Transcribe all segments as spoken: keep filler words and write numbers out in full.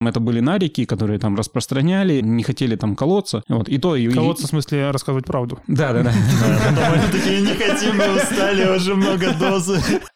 Это были нарики, которые там распространяли, не хотели там колоться. Вот. И то, и... Колоться, в смысле, рассказывать правду. Да-да-да. Потом такие, не хотим, мы устали, уже много дозы.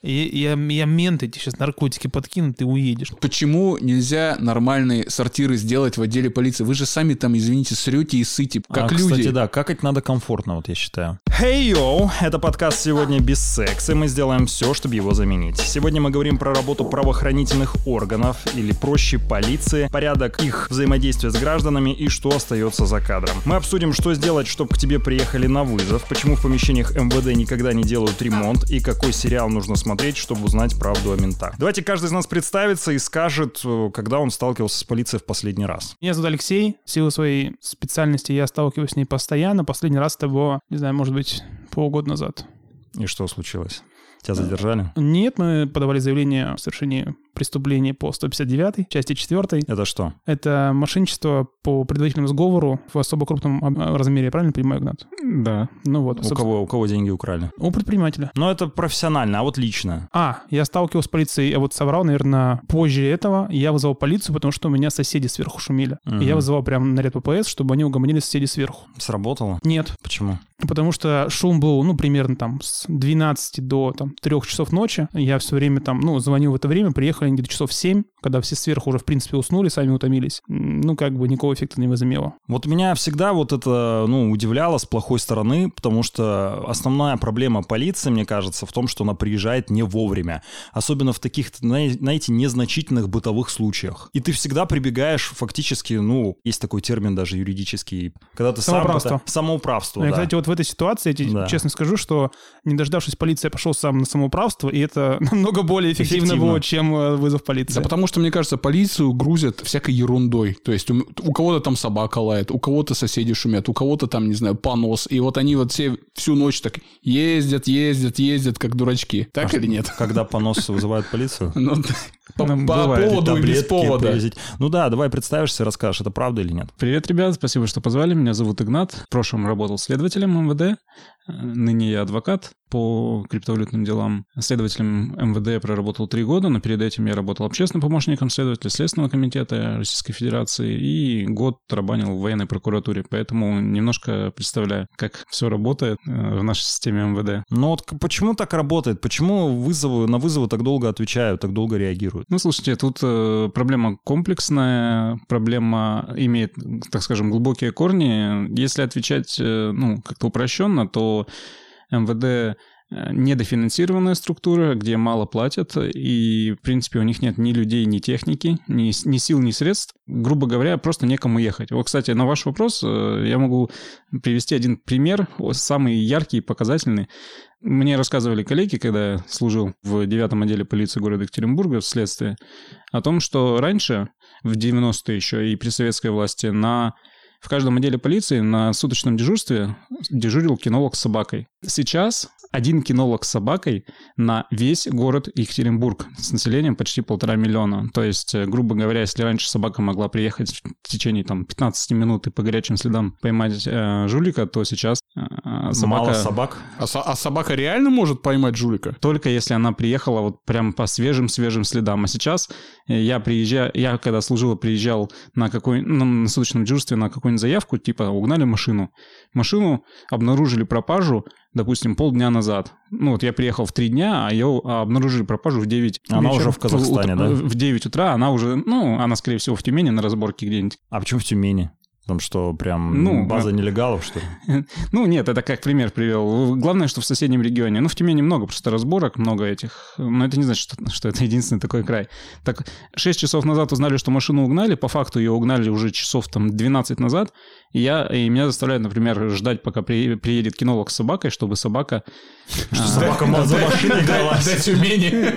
Я менты, тебе сейчас наркотики подкинут, ты уедешь. Почему нельзя нормальные сортиры сделать в отделе полиции? Вы же сами там, извините, срете и сыте, как а, люди. Кстати, да, какать надо комфортно, вот я считаю. Hey, yo! Это подкаст «Сегодня без секса», и мы сделаем все, чтобы его заменить. Сегодня мы говорим про работу правоохранительных органов, или проще полиции, порядок их взаимодействия с гражданами и что остается за кадром. Мы обсудим, что сделать, чтобы к тебе приехали на вызов, почему в помещениях эм вэ дэ никогда не делают ремонт и какой сериал нужно смотреть, чтобы узнать правду о ментах. Давайте каждый из нас представится и скажет, когда он сталкивался с полицией в последний раз. Меня зовут Алексей. В силу своей специальности я сталкиваюсь с ней постоянно. Последний раз это было, не знаю, может быть, полгода назад. И что случилось? Тебя задержали? Нет, мы подавали заявление о совершении преступления по сто пятьдесят девятой, части четвёртой. Это что? Это мошенничество по предварительному сговору в особо крупном размере. Я правильно понимаю, Игнат? Да. Ну вот. У собственно... кого, у кого деньги украли? У предпринимателя. Но это профессионально, а вот лично? А, я сталкивался с полицией, я вот соврал, наверное, позже этого. Я вызвал полицию, потому что у меня соседи сверху шумели. Угу. И я вызывал прям наряд пэ пэ эс, чтобы они угомонили соседей сверху. Сработало? Нет. Почему? Потому что шум был, ну, примерно там с двенадцати до там, трёх часов ночи. Я все время там, ну, звонил в это время, приехали где-то часов семь, когда все сверху уже, в принципе, уснули, сами утомились. Ну, как бы никакого эффекта не возымело. Вот меня всегда вот это, ну, удивляло с плохой стороны, потому что основная проблема полиции, мне кажется, в том, что она приезжает не вовремя. Особенно в таких, знаете, незначительных бытовых случаях. И ты всегда прибегаешь фактически, ну, есть такой термин даже юридический, когда ты самоуправство. сам... Самоуправство, я, да. Кстати, вот в этой ситуации, я тебе да. честно скажу, что, не дождавшись полиции, я пошел сам на самоуправство, и это намного более эффективно, эффективно. было, чем вызов полиции. Да потому что, мне кажется, полицию грузят всякой ерундой. То есть у, у кого-то там собака лает, у кого-то соседи шумят, у кого-то там, не знаю, понос. И вот они вот все всю ночь так ездят, ездят, ездят, как дурачки. Так а или нет? Когда понос вызывают полицию? Ну, по поводу и без повода. Ну да, давай представишься, расскажешь, это правда или нет. Привет, ребят, спасибо, что позвали. Меня зовут Игнат. В прошлом работал следователем эм вэ дэ. Ныне я адвокат по криптовалютным делам. Следователем эм вэ дэ я проработал три года, но перед этим я работал общественным помощником следователя Следственного комитета Российской Федерации и год тарабанил в военной прокуратуре, поэтому немножко представляю, как все работает в нашей системе эм вэ дэ. Но вот почему так работает? Почему вызовы, на вызовы так долго отвечают, так долго реагируют? Ну, слушайте, тут э, проблема комплексная, проблема имеет, так скажем, глубокие корни. Если отвечать, э, ну, как-то упрощенно, то эм вэ дэ недофинансированная структура, где мало платят, и, в принципе, у них нет ни людей, ни техники, ни, ни сил, ни средств. Грубо говоря, просто некому ехать. Вот, кстати, на ваш вопрос я могу привести один пример, самый яркий и показательный. Мне рассказывали коллеги, когда я служил в девятом отделе полиции города Екатеринбурга в следствии, о том, что раньше, в девяностые еще и при советской власти, на... в каждом отделе полиции на суточном дежурстве дежурил кинолог с собакой. Сейчас один кинолог с собакой на весь город Екатеринбург с населением почти полтора миллиона. То есть, грубо говоря, если раньше собака могла приехать в течение там, пятнадцати минут и по горячим следам поймать э, жулика, то сейчас э, собака... Мало собак. А, со- а собака реально может поймать жулика? Только если она приехала вот прям по свежим-свежим следам. А сейчас я приезжаю, я когда служил, приезжал на какой ну, на суточном дежурстве на какую-нибудь заявку, типа угнали машину. Машину обнаружили пропажу, допустим, полдня назад. Ну, вот я приехал в три дня, а ее обнаружили пропажу в девять. Она вечера, уже в Казахстане, в, да? В девять утра она уже, ну, она, скорее всего, в Тюмени на разборке где-нибудь. А почему в Тюмени? Там что, прям ну, база нелегалов, что ли? Ну, нет, это как пример привел. Главное, что в соседнем регионе. Ну, в Тюмени много просто разборок, много этих. Но это не значит, что, что это единственный такой край. Так, шесть часов назад узнали, что машину угнали. По факту ее угнали уже часов там двенадцать назад. И, я, и меня заставляют, например, ждать, пока при, приедет кинолог с собакой, чтобы собака... Что собака за машиной гналась. До Тюмени.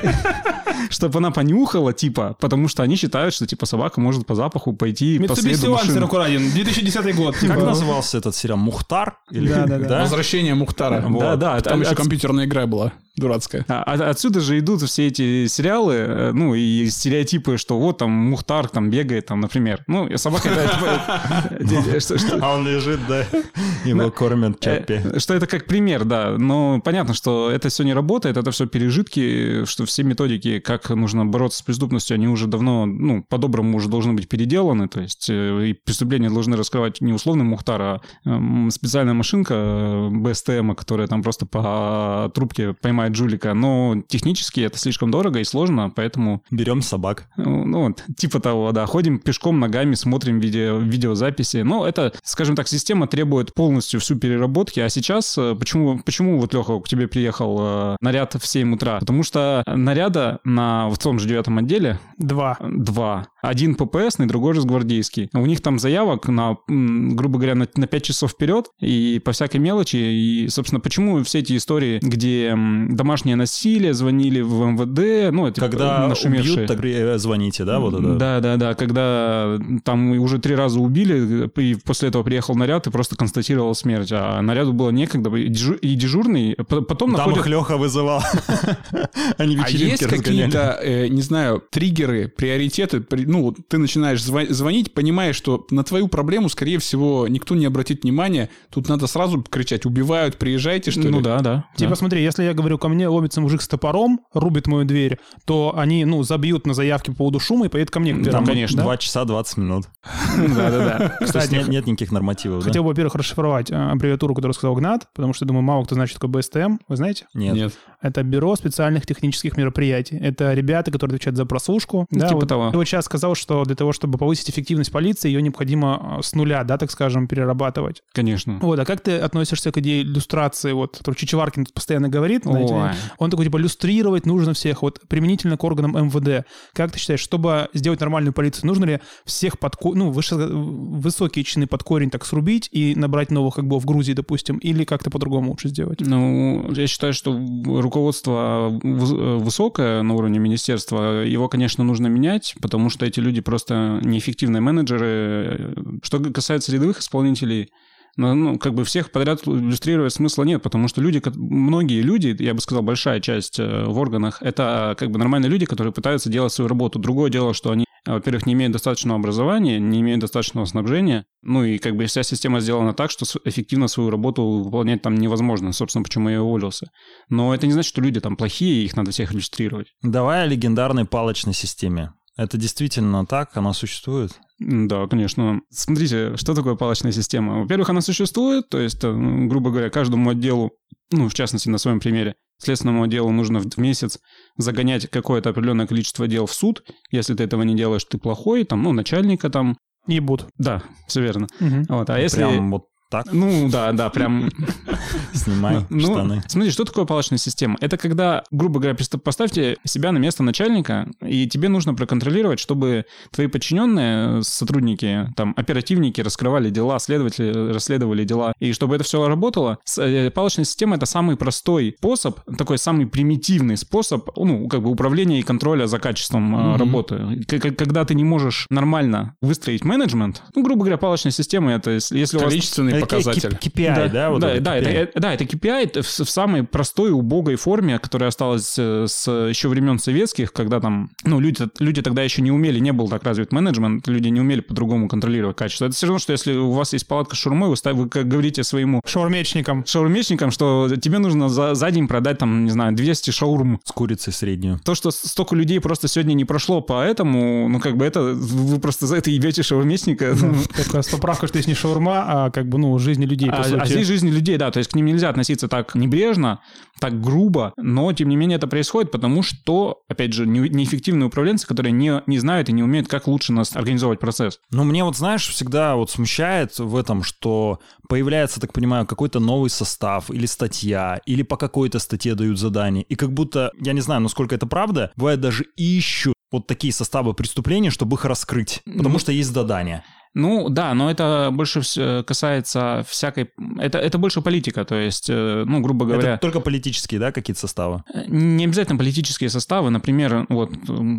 Чтобы она понюхала, типа, потому что они считают, что, типа, собака может по запаху пойти по следу машины. аккуратен, две тысячи десятый год. Как назывался этот сериал? Мухтар? Да, да, да. Возвращение Мухтара. Да, да. Там еще компьютерная игра была. дурацкая. А, отсюда же идут все эти сериалы, ну, и стереотипы, что вот там Мухтар там бегает, там, например. Ну, собака это... А он лежит, да, его кормят Чаппи. Что это как пример, да. Но понятно, что это все не работает, это все пережитки, что все методики, как нужно бороться с преступностью, они уже давно, ну, по-доброму уже должны быть переделаны. То есть и преступления должны раскрывать не условный Мухтар, а специальная машинка бэ эс тэ эм, которая там просто по трубке поймает жулика. Но технически это слишком дорого и сложно, поэтому... Берем собак. Ну, типа того, да. Ходим пешком, ногами, смотрим видео, видеозаписи. Но это, скажем так, система требует полностью всю переработки. А сейчас, почему, почему вот, Леха, к тебе приехал наряд в семь утра? Потому что наряда на, в том же девятом отделе... Два. Два. Один ППСный, другой же гвардейский. У них там заявок на, грубо говоря, на, на пять часов вперед и по всякой мелочи. И, собственно, почему все эти истории, где домашнее насилие, звонили в эм вэ дэ, ну, это когда убьют, так звоните, да? Вот это? Да, да, да. Когда там уже три раза убили, и после этого приехал наряд и просто констатировал смерть. А наряду было некогда. И дежурный потом там находят... их Леха вызывал. Они а есть какие-то, э, не знаю, триггеры, приоритеты? Ну, ты начинаешь зв- звонить, понимаешь, что на твою проблему, скорее всего, никто не обратит внимания. Тут надо сразу кричать: убивают, приезжайте, что ли? Ну да, да. Типа, да. смотри, если я говорю, ко мне ломится мужик с топором, рубит мою дверь, то они, ну, забьют на заявке по поводу шума и поедут ко мне. К Там, конечно. два часа двадцать минут. Да-да-да. Кстати, нет, нет никаких нормативов, хотел да? бы, во-первых, расшифровать аббревиатуру, которую сказал Гнат, потому что, думаю, мало кто знает, что такое бэ эс тэ эм. Вы знаете? Нет. Нет. Это Бюро специальных технических мероприятий. Это ребята, которые отвечают за прослушку. Ну, да, типа вот, того. Ты вот сейчас сказал, что для того, чтобы повысить эффективность полиции, ее необходимо с нуля, да, так скажем, перерабатывать. Конечно. Вот, а как ты относишься к идее иллюстрации, вот, который Чичеваркин тут постоянно говорит, знаете, Ой. он такой, типа, иллюстрировать нужно всех, вот, применительно к органам эм вэ дэ. Как ты считаешь, чтобы сделать нормальную полицию, нужно ли всех под, ну, выше, высокие чины под корень так срубить и набрать новых, как бы, в Грузии, допустим, или как-то по-другому лучше сделать? Ну, я считаю, что руководство высокое на уровне министерства, его, конечно, нужно менять, потому что эти люди просто неэффективные менеджеры. Что касается рядовых исполнителей, ну, как бы всех подряд иллюстрировать смысла нет, потому что люди, многие люди, я бы сказал, большая часть в органах, это как бы нормальные люди, которые пытаются делать свою работу. Другое дело, что они, во-первых, не имеют достаточного образования, не имеют достаточного снабжения, ну и как бы вся система сделана так, что эффективно свою работу выполнять там невозможно, собственно, почему я и уволился. Но это не значит, что люди там плохие, и их надо всех иллюстрировать. Давай о легендарной палочной системе. Это действительно так? Она существует? Да, конечно. Смотрите, что такое палочная система? Во-первых, она существует, то есть, грубо говоря, каждому отделу, ну, в частности, на своем примере, следственному отделу нужно в месяц загонять какое-то определенное количество дел в суд. Если ты этого не делаешь, ты плохой, там, ну, начальника там... Ебут. Да, все верно. Угу. Вот, а если... Прям вот так? Ну, да, да, прям... Снимай ну, штаны. Смотри, что такое палочная система? Это когда, грубо говоря, поставьте себя на место начальника, и тебе нужно проконтролировать, чтобы твои подчиненные, сотрудники, там, оперативники раскрывали дела, следователи расследовали дела, и чтобы это все работало. Палочная система — это самый простой способ, такой самый примитивный способ, ну, как бы управления и контроля за качеством mm-hmm. работы. Когда ты не можешь нормально выстроить менеджмент, ну, грубо говоря, палочная система — это если у вас... Количественный показатель. кей пи ай, да? Да, Вот да, это да, кей пи ай. это, да, это кей пи ай в, в самой простой, убогой форме, которая осталась с еще времен советских, когда там, ну, люди, люди тогда еще не умели, не был так развит менеджмент, люди не умели по-другому контролировать качество. Это все равно, что если у вас есть палатка с шаурмой, вы, став, вы как говорите своему... Шаурмечникам. Шаурмечникам, что тебе нужно за, за день продать, там, не знаю, двести шаурм. С курицей среднюю. То, что столько людей просто сегодня не прошло, поэтому, ну, как бы это, вы просто за это ебете шаурмечника. Такая поправка, что здесь не шаурма, а как бы, ну, жизни людей, по а, сути. А здесь жизни людей, да, то есть к ним нельзя относиться так небрежно, так грубо, но, тем не менее, это происходит, потому что, опять же, не, неэффективные управленцы, которые не, не знают и не умеют, как лучше нас организовать процесс. Ну, мне вот, знаешь, всегда вот смущает в этом, что появляется, так понимаю, какой-то новый состав или статья, или по какой-то статье дают задание, и как будто, я не знаю, насколько это правда, бывает даже ищут вот такие составы преступлений, чтобы их раскрыть, потому ну, что есть задание. Ну, да, но это больше касается всякой... Это, это больше политика, то есть, ну, грубо говоря... Это только политические, да, какие-то составы? Не обязательно политические составы. Например, вот,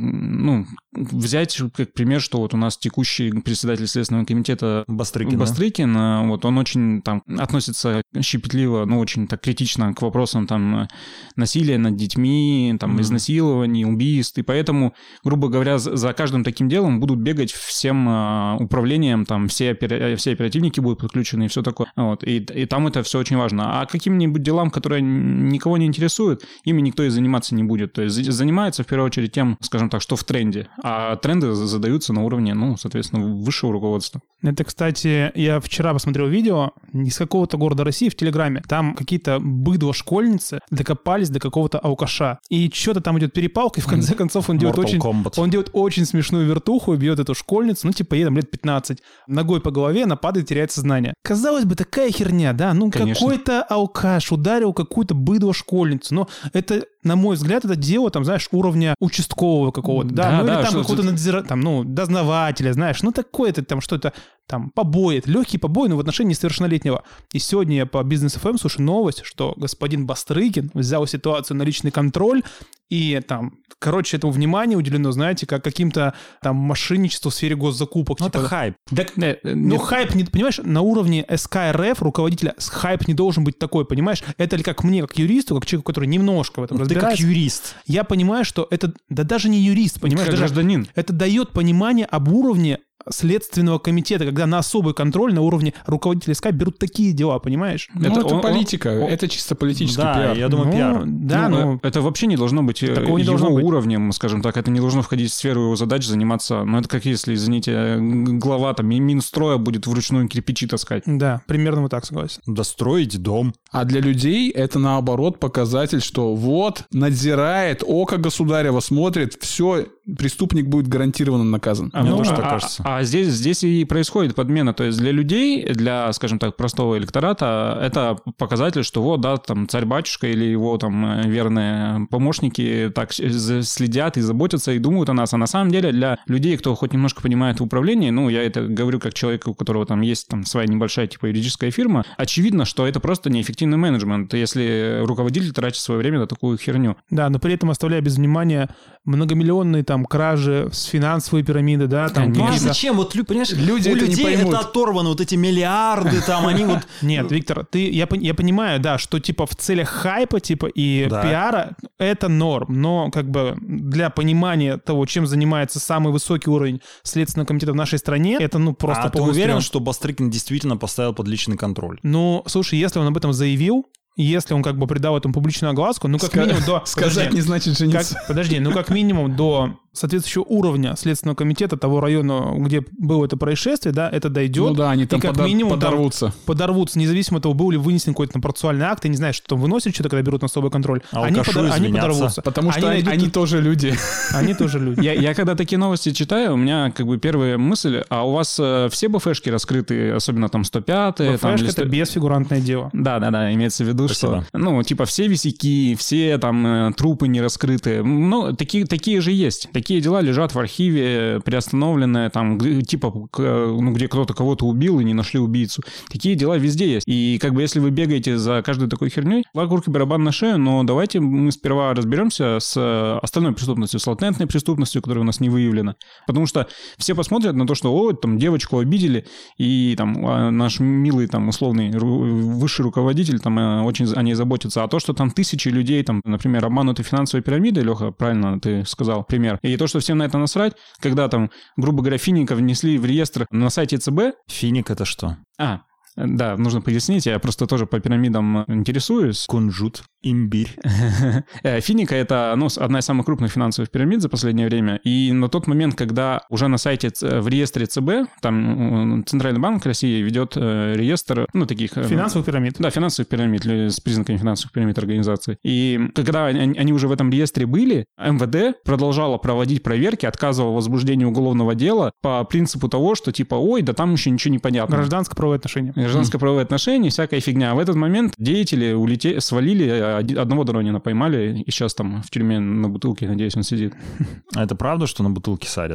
ну, взять как пример, что вот у нас текущий председатель Следственного комитета Бастрыкин, Бастрыкин, да? Вот он очень там относится щепетливо, ну, очень так критично к вопросам там насилия над детьми, там, mm-hmm. изнасилований, убийств, и поэтому, грубо говоря, за каждым таким делом будут бегать всем управлением, там все, опера... все оперативники будут подключены и все такое. Вот. И, и там это все очень важно. А каким-нибудь делам, которые никого не интересуют, ими никто и заниматься не будет. То есть занимается в первую очередь тем, скажем так, что в тренде. А тренды задаются на уровне, ну, соответственно, высшего руководства. Это, кстати, я вчера посмотрел видео из какого-то города России в Телеграме. Там какие-то быдло-школьницы докопались до какого-то алкаша. И что-то там идет перепалка, и в конце концов он делает, очень, он делает очень смешную вертуху и бьет эту школьницу, ну, типа, ей там лет пятнадцать. Ногой по голове, она падает, теряет сознание. Казалось бы, такая херня, да? Ну, конечно. Какой-то алкаш ударил какую-то быдло-школьницу. Но это, на мой взгляд, это дело, там, знаешь, уровня участкового какого-то, да? да ну, да, или там какого-то это... надзира... там, ну, дознавателя, знаешь. Ну, такое-то там что-то, там, побои. Легкий побои, но в отношении несовершеннолетнего. И сегодня я по Бизнес эф эм слушаю новость, что господин Бастрыкин взял ситуацию на личный контроль, и там, короче, этому внимание уделено, знаете, как каким-то там мошенничеству в сфере госзакупок. Ну, типа, это хайп. Да, э, ну, нет. хайп, не, понимаешь, на уровне эс ка эр эф, руководителя, хайп не должен быть такой, понимаешь? Это как мне, как юристу, как человеку, который немножко в этом ну, разбирается. Ты как юрист. Я понимаю, что это, да даже не юрист, понимаешь? Как даже, гражданин. Это дает понимание об уровне Следственного комитета, когда на особый контроль на уровне руководителя СКА берут такие дела, понимаешь? Ну, это, это он, политика, он, это чисто политический да, пиар. я думаю, ну, пиар. Да, ну, ну, это вообще не должно быть такого не его должно быть. уровнем, скажем так, это не должно входить в сферу его задач, заниматься, ну, это как если, извините, глава там Минстроя будет вручную кирпичи таскать. Да, примерно вот так, согласен. Достроить дом. А для людей это, наоборот, показатель, что вот, надзирает, око государева смотрит, все, преступник будет гарантированно наказан. А мне ну, тоже а, так кажется. А, а здесь, здесь и происходит подмена. То есть для людей, для, скажем так, простого электората, это показатель, что вот, да, там царь-батюшка или его там верные помощники так следят и заботятся и думают о нас. А на самом деле для людей, кто хоть немножко понимает в управлении, ну, я это говорю как человек, у которого там есть там своя небольшая типа юридическая фирма, очевидно, что это просто неэффективный менеджмент, если руководитель тратит свое время на такую херню. Да, но при этом оставляя без внимания многомиллионные там кражи с финансовой пирамиды, да, там. Ну а какие-то... зачем? Вот, понимаешь, люди у это людей не поймут. это оторвано, вот эти миллиарды там, они вот... Нет, Виктор, ты, я, я понимаю, да, что типа в целях хайпа, типа и да. пиара это норм, но как бы для понимания того, чем занимается самый высокий уровень Следственного комитета в нашей стране, это ну просто А ты уверен, что Бастрыкин действительно поставил под личный контроль? Ну, слушай, если он об этом заявил, если он как бы придал этому публичную огласку, ну как Ска- минимум до... Сказать подожди, не значит жениться. как, подожди, ну как минимум до соответствующего уровня Следственного комитета того района, где было это происшествие, да, это дойдет. Ну да, они там и как подор- минимум подорвутся. Там подорвутся, независимо от того, был ли вынесен какой-то там процессуальный акт, я не знаю, что там выносят что-то, когда берут на особый контроль. А они, подор- они подорвутся. Потому что они, найдут... они тоже люди. Они тоже люди. Я, я когда такие новости читаю, у меня как бы первая мысль, а у вас э, все БФшки раскрыты, особенно там сто пятые? БФшка там, — это бесфигурантное дело. Да-да-да, имеется в виду, Спасибо. что, ну, типа все висяки, все там э, трупы не раскрыты. Ну, такие, такие же есть. Такие дела лежат в архиве, приостановленные, там, где, типа, к, ну, где кто-то кого-то убил и не нашли убийцу. Такие дела везде есть. И как бы если вы бегаете за каждой такой херней, вокруг и барабан на шею, но давайте мы сперва разберемся с остальной преступностью, с латентной преступностью, которая у нас не выявлена. Потому что все посмотрят на то, что, о, там, девочку обидели, и там наш милый, там, условный высший руководитель, там, очень о ней заботится. А то, что там тысячи людей, там, например, обмануты финансовой пирамидой, Леха, правильно ты сказал, пример. И то, что всем на это насрать, когда там, грубо говоря, финика внесли в реестр на сайте ЦБ. Финик — это что? А, да, нужно пояснить, я просто тоже по пирамидам интересуюсь. Кунжут, имбирь. Финика — это ну, одна из самых крупных финансовых пирамид за последнее время. И на тот момент, когда уже на сайте, в реестре ЦБ, там Центральный банк России ведет реестр, ну, таких... Финансовых пирамид. Да, финансовых пирамид, с признаками финансовых пирамид организации. И когда они, они уже в этом реестре были, эм вэ дэ продолжало проводить проверки, отказывало в возбуждении уголовного дела по принципу того, что типа, ой, да там еще ничего не понятно. Гражданско-правовые отношения. Гражданско-правовые отношения, всякая фигня. А в этот момент деятели улете... свалили, одного Доронина поймали, и сейчас там в тюрьме на бутылке, надеюсь, он сидит. А это правда, что на бутылке садят?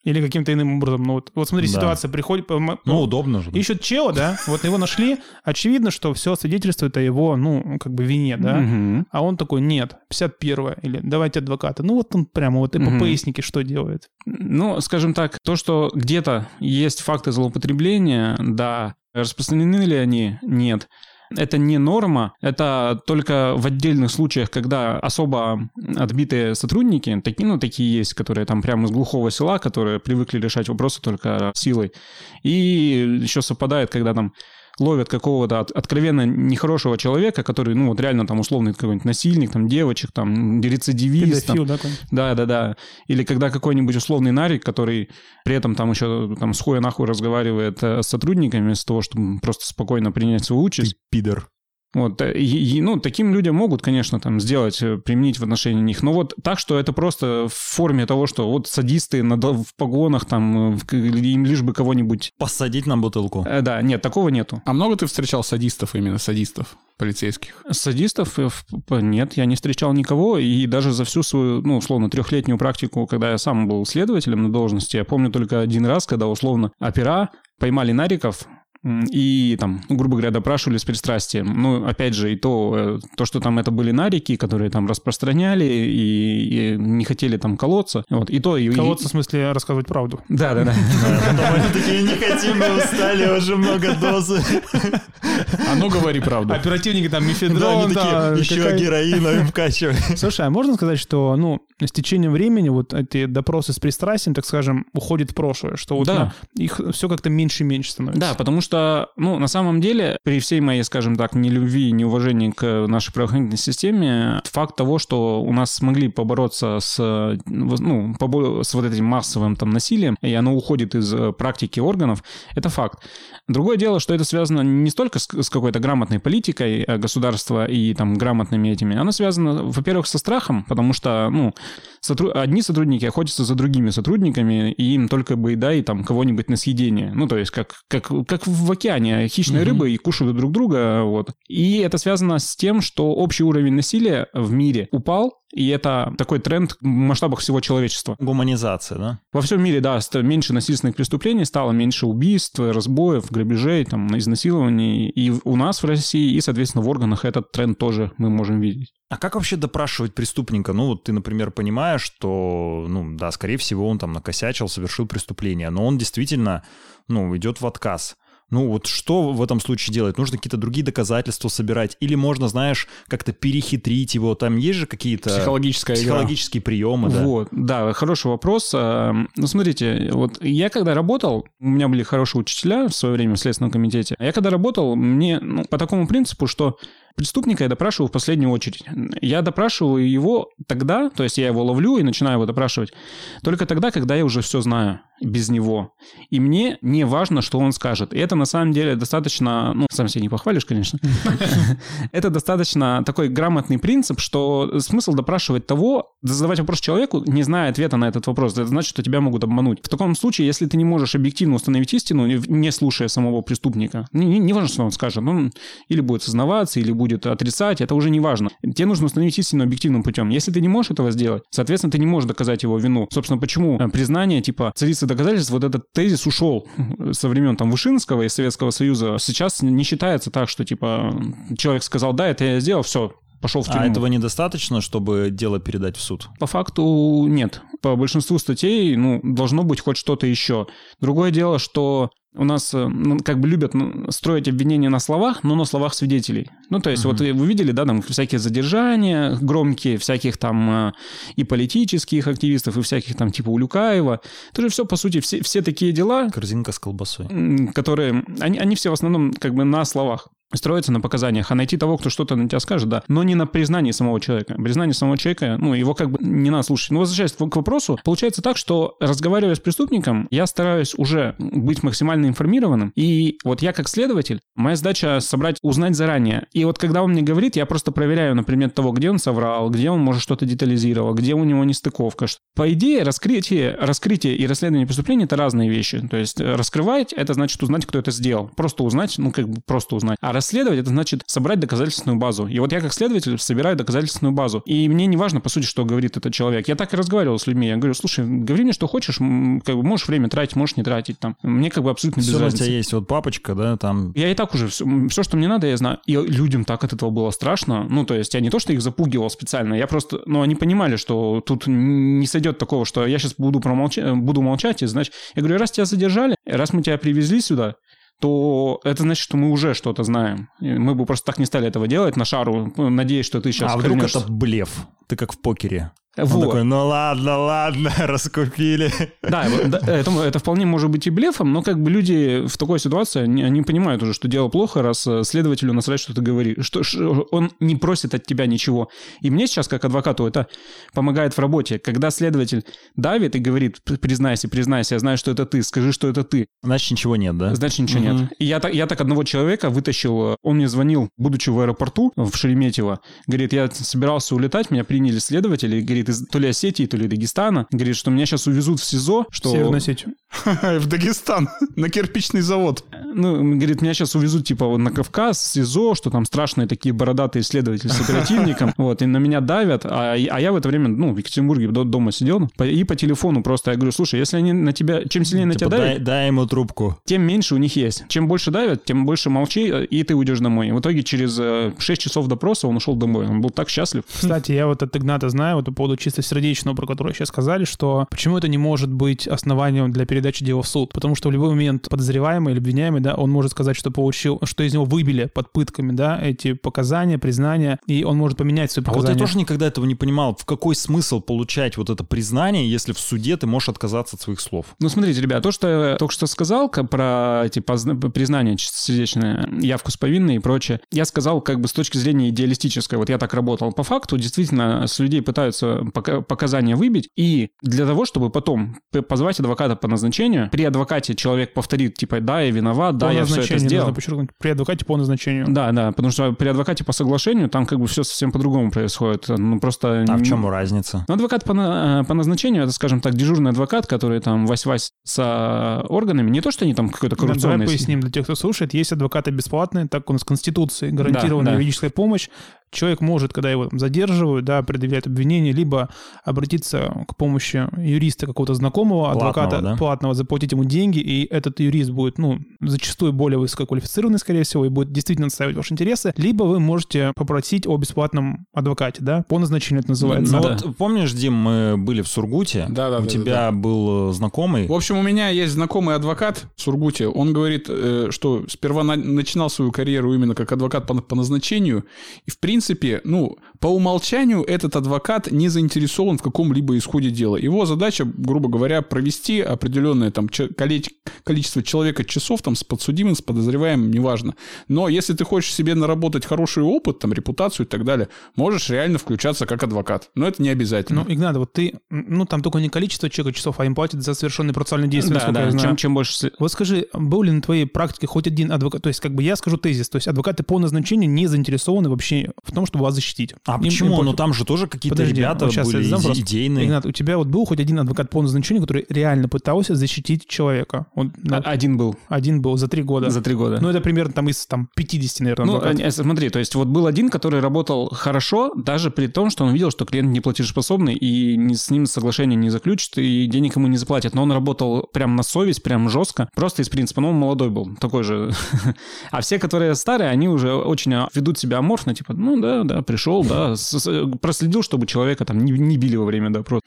Или каким-то иным образом. Ну, вот, вот смотри, Да. ситуация приходит... Ну, удобно же. да. Ищут чела, да, вот его нашли, очевидно, что все свидетельствует о его, ну, как бы вине, да, Мгм. а он такой, нет, пятьдесят первое, или давайте адвоката. Ну, вот он прямо вот Мгм. ЭППСники что делает? Ну, скажем так, то, что где-то есть факты злоупотребления, да, распространены ли они? Нет. Это не норма, это только в отдельных случаях, когда особо отбитые сотрудники, такие, ну, такие есть, которые там прямо из глухого села, которые привыкли решать вопросы только силой. И еще совпадает, когда там ловят какого-то от- откровенно нехорошего человека, который, ну, вот реально там условный какой-нибудь насильник, там, девочек, там, рецидивист. там. Педофил, да, какой-нибудь? Да, да, да. Или когда какой-нибудь условный нарик, который при этом там еще там с хуя нахуй разговаривает э, с сотрудниками, с того, чтобы просто спокойно принять свою участь. Пидор. Вот, э, и, и, ну, таким людям могут, конечно, там сделать, э, применить в отношении них, но вот так, что это просто в форме того, что вот садисты на, в погонах, там, э, в- им лишь бы кого-нибудь... Посадить на бутылку. Э, да, нет, такого нету. А много ты встречал садистов, именно садистов полицейских? Садистов э, в- п- нет, я не встречал никого, и даже за всю свою, ну, условно, трехлетнюю практику, когда я сам был следователем на должности, я помню только один раз, когда, условно, опера поймали нариков, м, и там, ну, грубо говоря, допрашивали с пристрастием. Ну, опять же, и то, э, то, что там это были нарики, которые там распространяли и, и не хотели там колоться. Вот, и то... и- и- Колодцы, в смысле, рассказывать правду. Да, да, да. Потом они такие, не хотим, мы устали, уже много дозы. А ну говори правду. Оперативники там, Да, мефедрон, они да, такие, еще какая- героина им вкачивай. Слушай, а можно сказать, что, ну, с течением времени вот эти допросы с пристрастием, так скажем, уходят в прошлое, что вот Да. ну, их все как-то меньше и меньше становится? Да, потому что, ну, на самом деле, при всей моей, скажем так, нелюбви и неуважении к нашей правоохранительной системе, факт того, что у нас смогли побороться с, ну, побо- с вот этим массовым там насилием, и оно уходит из э, практики органов, это факт. Другое дело, что это связано не столько с, с какой-то грамотной политикой э, государства и там грамотными этими, оно связано, во-первых, со страхом, потому что, ну, сотру- одни сотрудники охотятся за другими сотрудниками, и им только бы и дай там кого-нибудь на съедение. Ну, то есть как, как, как в океане хищные Мгм. рыбы и кушают друг друга, вот. И это связано с тем, что общий уровень насилия в мире упал, и это такой тренд в масштабах всего человечества. Гуманизация, да? Во всем мире, да, ст- меньше насильственных преступлений стало, меньше убийств, разбоев, грабежей, там, изнасилований. И в- у нас в России, и, соответственно, в органах этот тренд тоже мы можем видеть. А как вообще допрашивать преступника? Ну, вот ты, например, понимаешь, что, ну, да, скорее всего, он там накосячил, совершил преступление, но он действительно, ну, идет в отказ. Ну, вот что в этом случае делать? Нужно какие-то другие доказательства собирать? Или можно, знаешь, как-то перехитрить его? Там есть же какие-то Психологическая игра. психологические приемы, да? Вот, да, хороший вопрос. А, Ну, смотрите, вот я когда работал, у меня были хорошие учителя в свое время в Следственном комитете. Я когда работал, мне ну, по такому принципу, что преступника я допрашиваю в последнюю очередь. Я допрашиваю его тогда, то есть я его ловлю и начинаю его допрашивать, только тогда, когда я уже все знаю без него. И мне не важно, что он скажет. И это на самом деле достаточно, ну, сам себя не похвалишь, конечно. Это достаточно такой грамотный принцип, что смысл допрашивать того, задавать вопрос человеку, не зная ответа на этот вопрос. Это значит, что тебя могут обмануть. В таком случае, если ты не можешь объективно установить истину, не слушая самого преступника, не, не, не важно, что он скажет, он или будет сознаваться, или будет отрицать, это уже не важно. Тебе нужно установить истину объективным путем. Если ты не можешь этого сделать, соответственно, ты не можешь доказать его вину. Собственно, почему э, признание, типа, царицы доказательств, вот этот тезис ушел со времен там Вышинского и Советского Союза. Сейчас не считается так, что, типа, человек сказал, да, это я сделал, все, пошел в тюрьму. А этого недостаточно, чтобы дело передать в суд? По факту нет. По большинству статей, ну, должно быть хоть что-то еще. Другое дело, что у нас ну, как бы любят ну, строить обвинения на словах, но на словах свидетелей. Ну, то есть, uh-huh. вот вы видели, да, там всякие задержания громкие, всяких там и политических активистов, и всяких там типа Улюкаева. Это же все, по сути, все, все такие дела... Корзинка с колбасой. Которые... Они, они все в основном как бы на словах. Строится на показаниях, а найти того, кто что-то на тебя скажет, да, но не на признании самого человека. Признание самого человека, ну, его как бы не надо слушать. Но возвращаясь к вопросу, получается так, что разговаривая с преступником, я стараюсь уже быть максимально информированным, и вот я как следователь, моя задача собрать, узнать заранее. И вот когда он мне говорит, я просто проверяю на предмет того, где он соврал, где он, может, что-то детализировал, где у него нестыковка. По идее, раскрытие, раскрытие и расследование преступления — это разные вещи. То есть раскрывать — это значит узнать, кто это сделал. Просто узнать, ну, как бы просто узнать. А расследовать — это значит собрать доказательственную базу. И вот я как следователь собираю доказательственную базу. И мне не важно, по сути, что говорит этот человек. Я так и разговаривал с людьми. Я говорю, слушай, говори мне, что хочешь, как бы можешь время тратить, можешь не тратить. Там. Мне как бы абсолютно без все разницы. у тебя есть вот папочка, да, там... Я и так уже, все, все, что мне надо, я знаю. И людям так от этого было страшно. Ну, то есть я не то, что их запугивал специально, я просто... Ну, они понимали, что тут не сойдет такого, что я сейчас буду, промолчать, буду молчать, и, значит... Я говорю, раз тебя задержали, раз мы тебя привезли сюда, то это значит, что мы уже что-то знаем. Мы бы просто так не стали этого делать на шару, надеясь, что ты сейчас А вдруг вернешься. это блеф? Ты как в покере. Вот. Он такой, ну ладно, ладно, раскупили. Да, это, это вполне может быть и блефом, но как бы люди в такой ситуации, они, они понимают уже, что дело плохо, раз следователю насрать, что ты говоришь. Что, что он не просит от тебя ничего. И мне сейчас, как адвокату, это помогает в работе. Когда следователь давит и говорит, признайся, признайся, я знаю, что это ты, скажи, что это ты. Значит, ничего нет, да? Значит, ничего угу. нет. И я, я так одного человека вытащил, он мне звонил, будучи в аэропорту в Шереметьево, говорит, я собирался улетать, меня приняли следователи, говорит, из то ли Осетии, то ли Дагестана. Говорит, что меня сейчас увезут в СИЗО. Что... Северную Осетию. В Дагестан. На кирпичный завод. Ну, говорит, меня сейчас увезут типа вот на Кавказ, в СИЗО, что там страшные такие бородатые следователи с оперативником. Вот, и на меня давят. А, а я в это время, ну, в Екатеринбурге дома сидел. И по телефону просто я говорю, слушай, если они на тебя, чем сильнее на типа тебя давят, дай, дай ему трубку. Тем меньше у них есть. Чем больше давят, тем больше молчи, и ты уйдешь домой. И в итоге через шесть часов допроса он ушел домой. Он был так счастлив. Кстати, я вот от Игната знаю, вот по поводу чисто сердечного, про которое сейчас сказали, что почему это не может быть основанием для передачи дела в суд. Потому что в любой момент подозреваемый или обвиняемый, да, он может сказать, что получил, что из него выбили под пытками, да, эти показания, признания, и он может поменять свои показания. А вот я тоже никогда этого не понимал. В какой смысл получать вот это признание, если в суде ты можешь отказаться от своих слов? Ну, смотрите, ребят, то, что я только что сказал про эти признания чистосердечные, явку с повинной и прочее, я сказал как бы с точки зрения идеалистической. Вот я так работал. По факту, действительно, с людей пытаются показания выбить, и для того, чтобы потом позвать адвоката по назначению, при адвокате человек повторит, типа, да, я виноват, да, я все это сделал. При адвокате по назначению. Да, да, потому что при адвокате по соглашению там как бы все совсем по-другому происходит. Ну, просто... А в чем разница? Ну, адвокат по, по назначению, это, скажем так, дежурный адвокат, который там вась-вась с органами. Не то, что они там какой-то коррупционный... Давай поясним для тех, кто слушает. Есть адвокаты бесплатные, так у нас в Конституции гарантированная да, да. юридическая помощь. Человек может, когда его там задерживают, да, предъявляют обвинение, либо обратиться к помощи юриста какого-то знакомого, платного, адвоката да? платного, заплатить ему деньги, и этот юрист будет, ну, зачастую более высококвалифицированный, скорее всего, и будет действительно отстаивать ваши интересы, либо вы можете попросить о бесплатном адвокате, да, по назначению это называется. Ну, да. вот помнишь, Дим, мы были в Сургуте, да, да, у да, тебя да, да. был знакомый. В общем, у меня есть знакомый адвокат в Сургуте, он говорит, что сперва начинал свою карьеру именно как адвокат по, по назначению, и в принципе, ну, по умолчанию этот адвокат не заинтересован в каком-либо исходе дела. Его задача, грубо говоря, провести определенное там количество человека часов там с подсудимым, с подозреваемым, неважно. Но если ты хочешь себе наработать хороший опыт, там, репутацию и так далее, можешь реально включаться как адвокат. Но это не обязательно. Ну, Игнат, вот ты, ну, там только не количество человека часов, а им платят за совершенные процессуальные действия, да, да, я знаю. Чем, чем больше... Вот скажи, был ли на твоей практике хоть один адвокат, то есть как бы я скажу тезис, то есть адвокаты по назначению не заинтересованы вообще в том, чтобы вас защитить. А им, почему? Им Ну там же тоже какие-то Подожди, ребята вот были иде- идейные. Игнат, у тебя вот был хоть один адвокат по назначению, который реально пытался защитить человека? Он, а, один был. Один был за три года. За три года. Ну это примерно там из там, пятидесяти, наверное, ну, адвокатов. Смотри, то есть вот был один, который работал хорошо, даже при том, что он видел, что клиент не платежеспособный, и не, с ним соглашение не заключит, и денег ему не заплатят. Но он работал прям на совесть, прям жестко, просто из принципа. Ну, он молодой был, такой же. А все, которые старые, они уже очень ведут себя аморфно, типа, ну да, да, пришел, да, проследил, чтобы человека там не, не били во время допроса.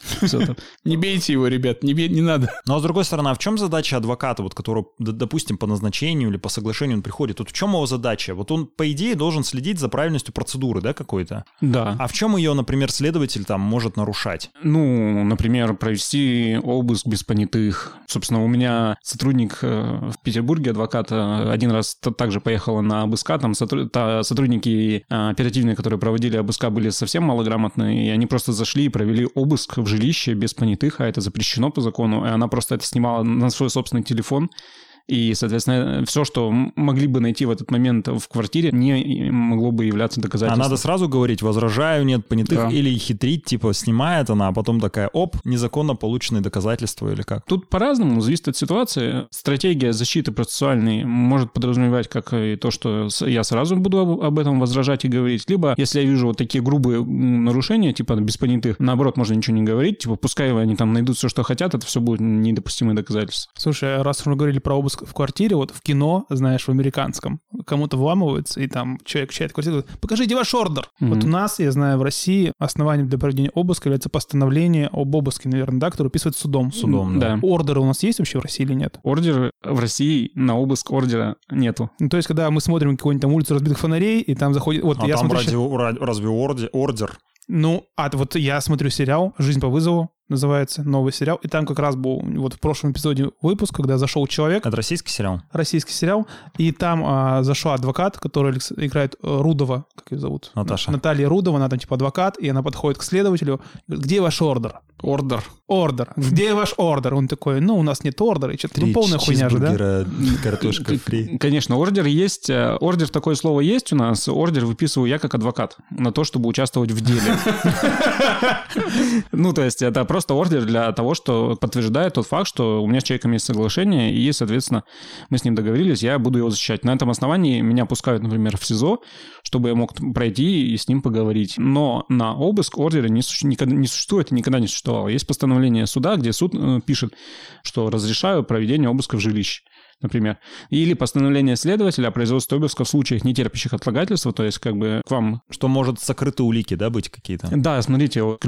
Не бейте его, ребят, не, бей, не надо. Ну, а с другой стороны, а в чем задача адвоката, вот, которого, допустим, по назначению или по соглашению он приходит? Вот в чем его задача? Вот он, по идее, должен следить за правильностью процедуры, да, какой-то? Да. А в чем ее, например, следователь там может нарушать? Ну, например, провести обыск без понятых. Собственно, у меня сотрудник в Петербурге, адвокат, один раз также поехал на обыска, там сотрудники оперативные, которые проводили обыска, были совсем малограмотные, и они просто зашли и провели обыск в жилище без понятых, а это запрещено по закону, и она просто это снимала на свой собственный телефон. И, соответственно, все, что могли бы найти в этот момент в квартире, не могло бы являться доказательством. А надо сразу говорить, возражаю, нет понятых, да. Или хитрить, типа снимает она, а потом такая, оп, незаконно полученные доказательства или как? Тут по-разному, зависит от ситуации. Стратегия защиты процессуальной может подразумевать как и то, что я сразу буду об этом возражать и говорить, либо, если я вижу вот такие грубые нарушения, типа без понятых, наоборот, можно ничего не говорить, типа пускай они там найдут все, что хотят, это все будет недопустимые доказательства. Слушай, раз мы говорили про обыск в квартире, вот в кино, знаешь, в американском, кому-то вламываются, и там человек чает квартиру, говорит, покажите ваш ордер. Mm-hmm. Вот у нас, я знаю, в России основанием для проведения обыска является постановление об обыске, наверное, да, которое выписывает судом. Судом, да. Ордеры у нас есть вообще в России или нет? Ордер в России на обыск ордера нету. Ну, то есть, когда мы смотрим какую-нибудь там улицу разбитых фонарей, и там заходит... Вот, а я там смотрю, разве, разве ордер, ордер? Ну, а вот я смотрю сериал «Жизнь по вызову», называется, новый сериал, и там как раз был вот в прошлом эпизоде выпуск, когда зашел человек. Это российский сериал? Российский сериал, и там а, зашла адвокат, который играет Рудова, как ее зовут? Наташа. Наталья Рудова, она там типа адвокат, и она подходит к следователю, говорит, где ваш ордер? Ордер. Ордер. Где ваш ордер? Он такой, ну, у нас нет ордера, и что-то, ну, полная хуйня же, да? Картошка фри. Конечно, ордер есть, ордер, такое слово есть у нас, ордер выписываю я как адвокат на то, чтобы участвовать в деле. Ну, то есть это просто ордер для того, что подтверждает тот факт, что у меня с человеком есть соглашение, и, соответственно, мы с ним договорились, я буду его защищать. На этом основании меня пускают, например, в СИЗО, чтобы я мог пройти и с ним поговорить. Но на обыск ордера не, су- никогда, не существует и никогда не существовало. Есть постановление суда, где суд э, пишет, что разрешаю проведение обыска в жилище, например. Или постановление следователя о производстве обыска в случаях, не терпящих отлагательства, то есть как бы к вам... Что может сокрыты улики, да, быть какие-то? Да, смотрите, к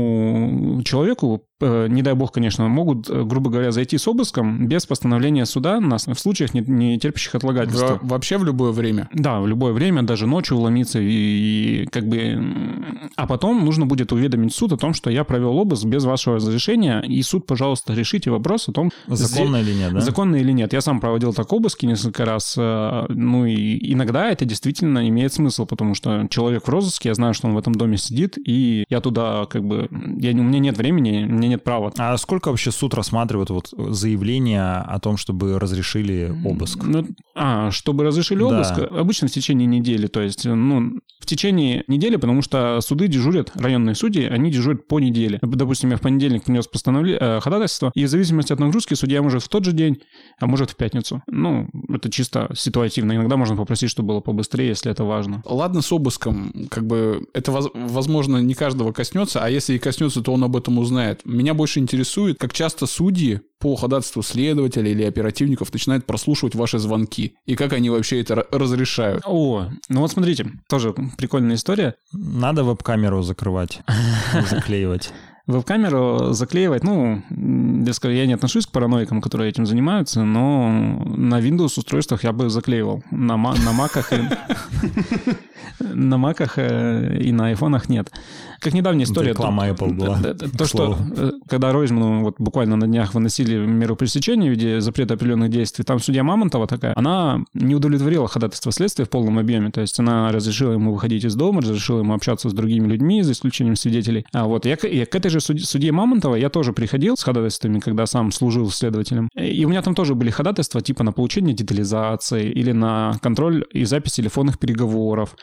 любому человеку, не дай бог, конечно, могут, грубо говоря, зайти с обыском без постановления суда на, в случаях, не, не терпящих отлагательства. Во- вообще в любое время? Да, в любое время, даже ночью вломиться и, и как бы... А потом нужно будет уведомить суд о том, что я провел обыск без вашего разрешения, и суд, пожалуйста, решите вопрос о том... Законно здесь... или нет, да? Законно или нет. Я сам проводил так обыски несколько раз, ну и иногда это действительно имеет смысл, потому что человек в розыске, я знаю, что он в этом доме сидит, и я туда как бы... Я, у меня нет времени, у меня нет права. А сколько вообще суд рассматривает вот заявление о том, чтобы разрешили обыск? Ну, а, чтобы разрешили да. обыск? Обычно в течение недели, то есть, ну, в течение недели, потому что суды дежурят, районные судьи, они дежурят по неделе. Допустим, я в понедельник принес постановление, ходатайство, и в зависимости от нагрузки судья может в тот же день, а может в пятницу. Ну, это чисто ситуативно. Иногда можно попросить, чтобы было побыстрее, если это важно. Ладно, с обыском, как бы, это, возможно, не каждого коснется, а если и коснется, то он об этом узнает. Меня больше интересует, как часто судьи по ходатайству следователя или оперативников начинают прослушивать ваши звонки, и как они вообще это разрешают. О, ну вот смотрите, тоже прикольная история. Надо веб-камеру закрывать, заклеивать. Веб-камеру заклеивать, ну, я не отношусь к параноикам, которые этим занимаются, но на Windows устройствах я бы заклеивал. На, на Mac'ах и... На Mac'ах и на айфонах нет. Как недавняя история... Реклама Apple была. То, что когда Ройзману вот буквально на днях выносили меру пресечения в виде запрета определенных действий, там судья Мамонтова такая, она не удовлетворила ходатайство следствия в полном объеме, то есть она разрешила ему выходить из дома, разрешила ему общаться с другими людьми, за исключением свидетелей. А вот я, я к этой же судье, судье Мамонтова я тоже приходил с ходатайствами, когда сам служил следователем. И у меня там тоже были ходатайства типа на получение детализации или на контроль и запись телефонных переговоров.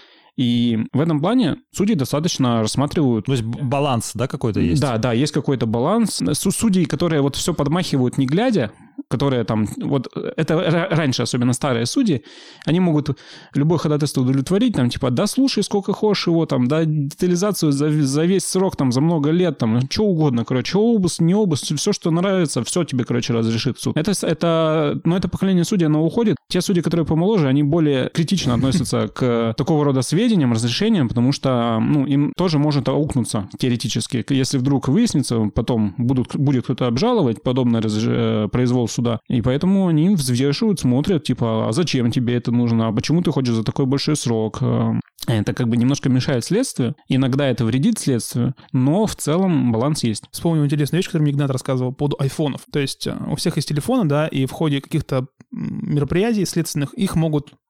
И в этом плане судьи достаточно рассматривают... То есть баланс, да, какой-то есть? Да, да, есть какой-то баланс. Судьи, которые вот все подмахивают не глядя, которые там... Вот это раньше, особенно старые судьи, они могут любое ходатайство удовлетворить, там, типа, да, слушай, сколько хочешь его, там, да, детализацию за, за весь срок, там, за много лет, там, что угодно, короче, обыск, не обыск, все, что нравится, все тебе, короче, разрешит суд. Это, это, ну, это поколение судей, оно уходит. Те судьи, которые помоложе, они более критично относятся к такого рода сведениям, разрешениям, потому что, ну, им тоже может аукнуться теоретически. Если вдруг выяснится, потом будут, будет кто-то обжаловать подобное разреш... произвол суда, и поэтому они взвешивают, смотрят, типа, а зачем тебе это нужно, а почему ты хочешь за такой большой срок? Это как бы немножко мешает следствию, иногда это вредит следствию, но в целом баланс есть. Вспомнил интересную вещь, которую мне Игнат рассказывал по поводу айфонов. То есть у всех есть телефоны, да, и в ходе каких-то мероприятий следственных их могут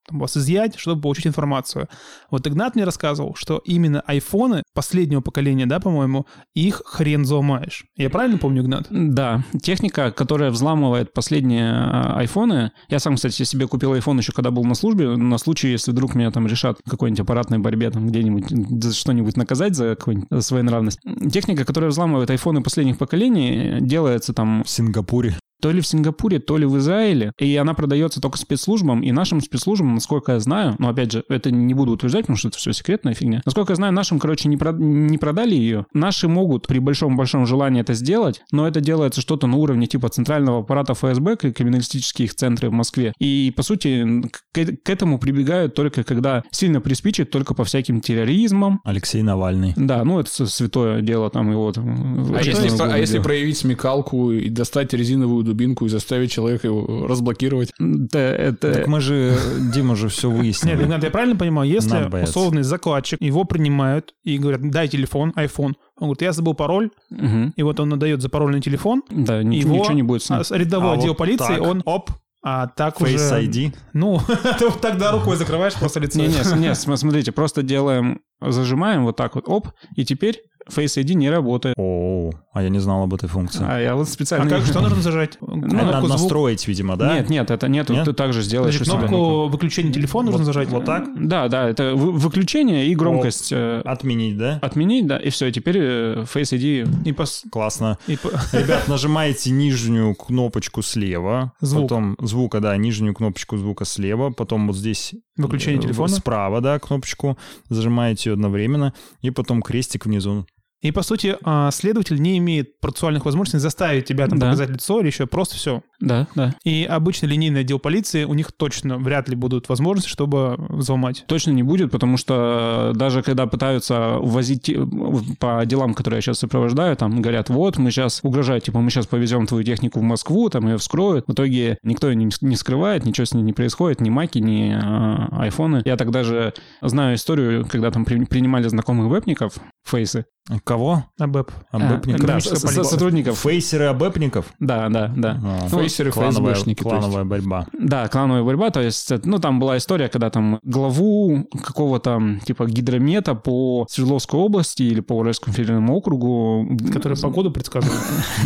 там, вас изъять, чтобы получить информацию. Вот Игнат мне рассказывал, что именно айфоны последнего поколения, да, по-моему, их хрен взломаешь. Я правильно помню, Игнат? Да. Техника, которая взламывает последние айфоны. Я сам, кстати, себе купил айфон еще когда был на службе, на случай, если вдруг меня там решат в какой-нибудь аппаратной борьбе там где-нибудь за что-нибудь наказать за какую-нибудь своенравность. Техника, которая взламывает айфоны последних поколений, делается там... В Сингапуре. То ли в Сингапуре, то ли в Израиле. И она продается только спецслужбам. И нашим спецслужбам, насколько я знаю, но опять же, это не буду утверждать, потому что это все секретная фигня. Насколько я знаю, нашим, короче, не, про... не продали ее. Наши могут при большом-большом желании это сделать, но это делается что-то на уровне типа центрального аппарата эф эс бэ, криминалистические их центры в Москве. И, по сути, к, к этому прибегают только когда сильно приспичит, только по всяким терроризмам. Алексей Навальный. Да, ну это святое дело там его... Там, а если, а если проявить смекалку и достать резиновую дубинку и заставить человека его разблокировать. Это, это... Так мы же, Дима же все выяснили. Нет, Игнат, я правильно понимаю, если условный закладчик, его принимают и говорят, дай телефон, iPhone, он говорит, я забыл пароль, угу. И вот он отдает за пароль на телефон, да, ничего, его ничего не будет с ним. Рядовой а отдел вот полиции, так, он... Оп. А так Face уже... ай ди? Ну, ты вот тогда рукой закрываешь просто лицо. Не-не, смотрите, просто делаем, зажимаем вот так вот, оп, и теперь Face ай ди не работает. О, а я не знал об этой функции. А я вот специально... А как, что нужно зажать? Ну, надо звук... настроить, видимо, да? Нет, нет, это нет, нет? Ты также сделаешь Значит, у себя. Кнопку выключения телефона вот, нужно зажать? Вот так? Да, да, это выключение и громкость. О, отменить, да? Отменить, да, и все, и теперь Face ай ди... И пос... Классно. И по... Ребят, нажимаете нижнюю кнопочку слева. Звук. Потом звука, да, нижнюю кнопочку звука слева. Потом вот здесь... Выключение телефона. Справа, да, кнопочку. Зажимаете ее одновременно. И потом крестик внизу. И, по сути, следователь не имеет процессуальных возможностей заставить тебя там, да. показать лицо или еще просто все. Да, да. И обычно линейный отдел полиции, у них точно вряд ли будут возможности, чтобы взломать. Точно не будет, потому что даже когда пытаются ввозить по делам, которые я сейчас сопровождаю, там говорят, вот, мы сейчас угрожаем, типа, мы сейчас повезем твою технику в Москву, там ее вскроют. В итоге никто ее не скрывает, ничего с ней не происходит, ни маки, ни а, айфоны. Я так даже знаю историю, когда там при, принимали знакомых вебников, фейсы. Кого? АБЭП. АБЭПников. Да, сотрудников. Фейсеры АБЭПников? Да, да, да. А, Фейсеры, клановая, ФСБшники. Клановая борьба. Да, клановая борьба. То есть, ну, там была история, когда там главу какого-то типа гидромета по Свердловской области или по Уральскому федеральному округу... Который погоду предсказывает.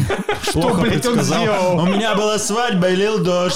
Что, блядь, он сделал? У меня была свадьба и лил дождь.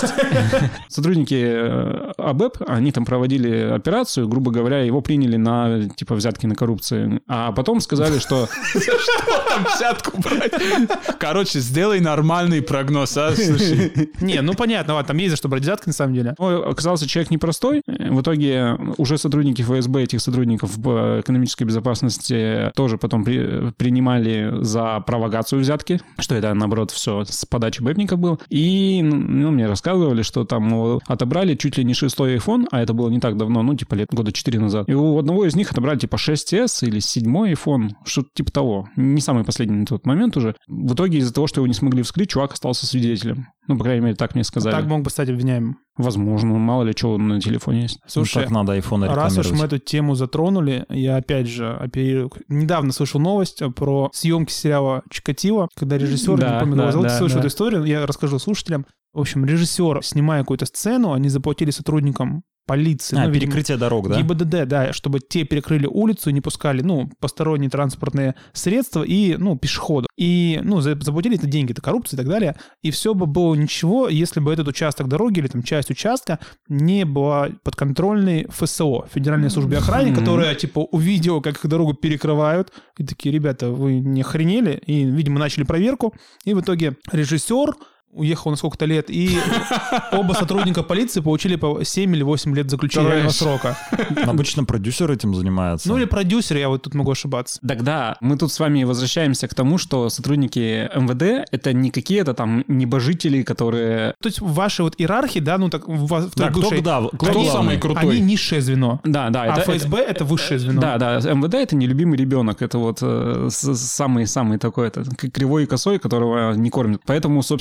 Сотрудники АБЭП, они там проводили операцию, грубо говоря, его приняли на, типа, взятки на коррупцию. А потом сказали, что Что там взятку брать? Короче, сделай нормальный прогноз, а? Слушай. Не, ну понятно, ладно, там есть за что брать взятки, на самом деле. Ну, оказался человек непростой. В итоге уже сотрудники эф эс бэ, этих сотрудников в экономической безопасности тоже потом при, принимали за провокацию взятки, что это, наоборот, все с подачи бэпников было. И ну, мне рассказывали, что там отобрали чуть ли не шестой айфон, а это было не так давно, ну, типа лет года четыре назад. И у одного из них отобрали типа шесть эс или седьмой айфон, что-то типа того. Не самый последний на тот момент уже. В итоге из-за того, что его не смогли вскрыть, чувак остался свидетелем. Ну, по крайней мере, так мне сказали. А так мог бы стать обвиняемым. Возможно, мало ли что на телефоне есть. Слушай, ну, так надо айфон рекламировать. Раз уж мы эту тему затронули, я опять же оперирую... Недавно слышал новость про съемки сериала «Чикатило», когда режиссер, да, не помню, да, его зовут, да, слышал да. эту историю, я расскажу слушателям. В общем, режиссер, снимая какую-то сцену, они заплатили сотрудникам полиции. А, ну, перекрытие видимо, дорог, да? ГИБДД, да, чтобы те перекрыли улицу и не пускали, ну, посторонние транспортные средства и, ну, пешеходов. И, ну, заплатили это деньги, это коррупция и так далее. И все бы было ничего, если бы этот участок дороги или там часть участка не была подконтрольной эф эс о, Федеральной службе охраны, которая, типа, увидела, как их дорогу перекрывают. И такие, ребята, вы не охренели? И, видимо, начали проверку. И в итоге режиссер уехал на сколько-то лет, и оба сотрудника полиции получили по семь или восемь лет заключения срока. Обычно продюсер этим занимается. Ну или продюсер, я вот тут могу ошибаться. Тогда мы тут с вами возвращаемся к тому, что сотрудники эм вэ дэ — это не какие-то там небожители, которые... То есть в вашей вот иерархии, да, ну так в, в да, бывшей, кто, да, кто они, самый крутой? Они низшее звено. Да, да. А это, эф эс бэ — это, это высшее звено. Да, да. эм вэ дэ — это нелюбимый ребенок. Это вот э, самый-самый такой, это кривой и косой, которого не кормят. Поэтому, собственно,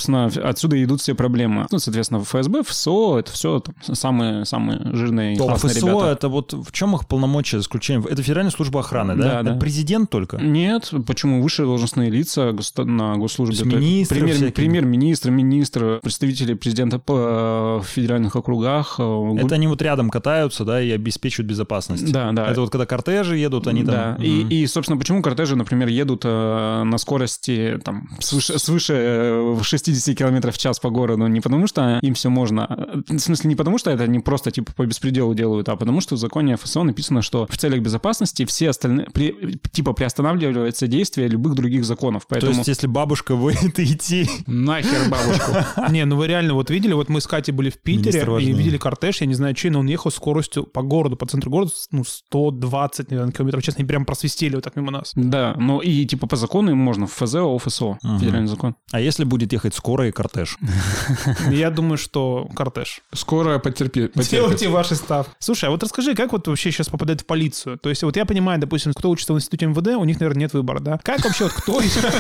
отсюда идут все проблемы. Ну, соответственно, ФСБ, ФСО, это все там, самые, самые жирные и классные ФСО, ребята. это вот в чем их полномочия заключения? Это Федеральная служба охраны, да? Да, это да. президент только? Нет, почему? Высшие должностные лица государ... на госслужбе. Министры Премьер, всякие. Премьер-министр, министр, представители президента по федеральных округах. Это они вот рядом катаются, да, и обеспечивают безопасность. Да, да. Это вот когда кортежи едут, они да. там... И, Угу. и, собственно, почему кортежи, например, едут э, на скорости там, свыше, свыше э, шестьдесят километров в час по городу? Не потому, что им все можно. В смысле, не потому, что это они просто типа по беспределу делают, а потому, что в законе ФСО написано, что в целях безопасности все остальные... При, типа приостанавливается действие любых других законов. Поэтому... То есть, если бабушка выйдет идти... Нахер бабушку. Не, ну вы реально вот видели, вот мы с Катей были в Питере и видели кортеж, я не знаю, че, но он ехал скоростью по городу, по центру города, ну, сто двадцать, наверное, километров, честно, они прям просвистели вот так мимо нас. Да, ну и типа по закону им можно в ФЗО, ФСО, Угу. федеральный закон. А если будет ехать скорая и кортеж? Я думаю, что кортеж. Скоро потерпи. Делайте ваши ставки. Слушай, а вот расскажи, как вот вообще сейчас попадает в полицию? То есть вот я понимаю, допустим, кто учится в институте МВД, у них, наверное, нет выбора, да? Как вообще вот кто...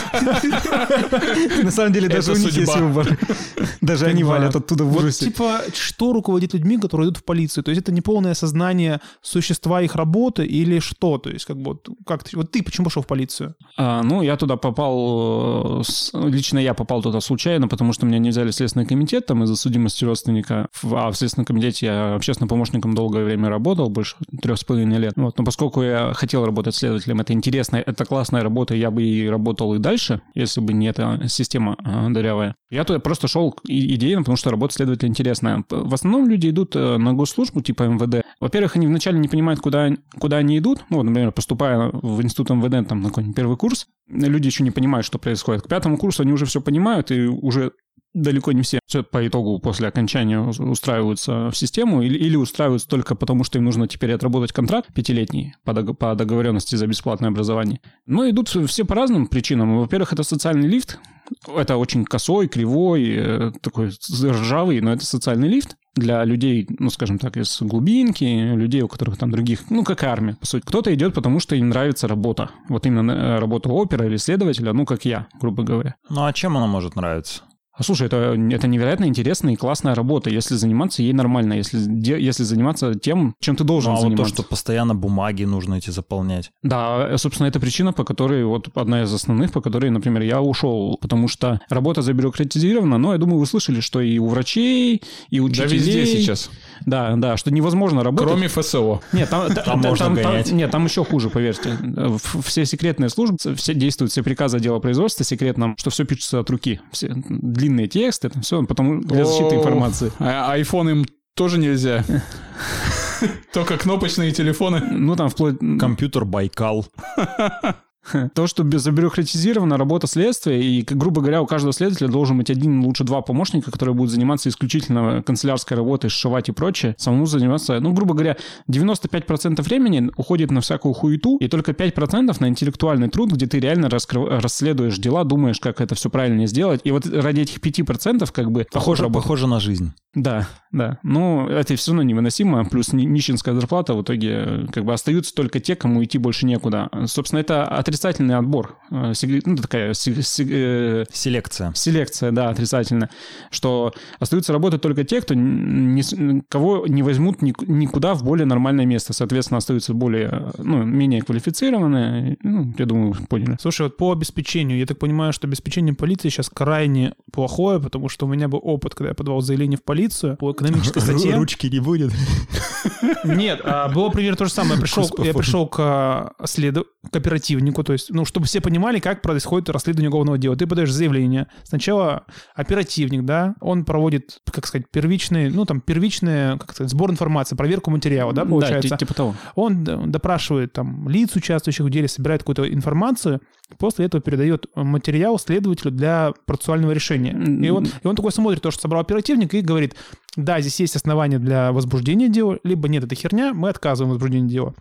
На самом деле даже у них есть выбор. Даже они валят оттуда в Вот ужасе. типа, что руководит людьми, которые идут в полицию? То есть это неполное осознание существа их работы или что? То есть как бы вот, как ты, вот ты почему пошел в полицию? А, ну, я туда попал, лично я попал туда случайно, потому что меня не взяли в Следственный комитет там из-за судимости родственника, а в Следственном комитете я общественным помощником долгое время работал, больше трех с половиной лет. Вот. Но поскольку я хотел работать следователем, это интересно, это классная работа, я бы и работал и дальше, если бы не эта система а, дырявая. Я туда просто шел идейно, потому что работа следователя интересная. В основном люди идут на госслужбу типа МВД. Во-первых, они вначале не понимают, куда, куда они идут. Ну, вот, например, поступая в институт МВД там, на какой-нибудь первый курс, люди еще не понимают, что происходит. К пятому курсу они уже все понимают и уже... Далеко не все. Все по итогу после окончания устраиваются в систему или, или устраиваются только потому, что им нужно теперь отработать контракт пятилетний по, дог- по договоренности за бесплатное образование. Но идут все по разным причинам. Во-первых, это социальный лифт. Это очень косой, кривой, такой ржавый, но это социальный лифт для людей, ну, скажем так, из глубинки, людей, у которых там других, ну, как армия, по сути. Кто-то идет, потому что им нравится работа. Вот именно работа опера или следователя, ну, как я, грубо говоря. Ну, а чем она может нравиться? А слушай, это, это невероятно интересная и классная работа, если заниматься ей нормально, если, если заниматься тем, чем ты должен ну, а заниматься. вот то, что постоянно бумаги нужно эти заполнять. Да, собственно, это причина, по которой, вот одна из основных, по которой, например, я ушел, потому что работа забюрократизирована, но я думаю, вы слышали, что и у врачей, и у учителей... Да везде сейчас. Да, да, что невозможно работать. Кроме ФСО. Нет, там, там можно там, гонять. Там, нет, там еще хуже, поверьте. Все секретные службы, все действуют, все приказы отдела производства секретном, что все пишется от руки. Все длинные тексты, это все потому для защиты информации. А айфон им тоже нельзя. Только кнопочные телефоны. Ну, там вплоть... Компьютер Байкал. То, что забюрократизирована работа следствия, и, грубо говоря, у каждого следователя должен быть один, лучше два помощника, которые будут заниматься исключительно канцелярской работой, сшивать и прочее, самому заниматься, ну, грубо говоря, девяносто пять процентов времени уходит на всякую хуету, и только пять процентов на интеллектуальный труд, где ты реально раскрыв... расследуешь дела, думаешь, как это все правильно сделать, и вот ради этих пяти процентов как бы... Похоже, похоже на жизнь. Да, да. Ну, это все равно невыносимо, плюс нищенская зарплата, в итоге как бы остаются только те, кому идти больше некуда. Собственно, это отрицательный отбор. Ну, такая селекция. Селекция, да, отрицательная. Что остаются работать только те, кто не, кого не возьмут никуда в более нормальное место. Соответственно, остаются более, ну, менее квалифицированные. Ну, я думаю, вы поняли. Слушай, вот по обеспечению, я так понимаю, что обеспечение полиции сейчас крайне плохое, потому что у меня был опыт, когда я подавал заявление в полицию по экономической статье. Ручки не будет. Нет, а было примерно то же самое. Я пришел, я пришел к, следу, к оперативнику, то есть, ну, чтобы все понимали, как происходит расследование уголовного дела. Ты подаешь заявление. Сначала оперативник, да, он проводит, как сказать, первичный, ну, там, первичный, как сказать, сбор информации, проверку материала, да, получается. Да, типа того. Он допрашивает, там, лиц, участвующих в деле, собирает какую-то информацию, после этого передает материал следователю для процессуального решения. И он, и он такой смотрит то, что собрал оперативник, и говорит: да, здесь есть основания для возбуждения дела, либо нет, это херня, мы отказываем в возбуждении дела.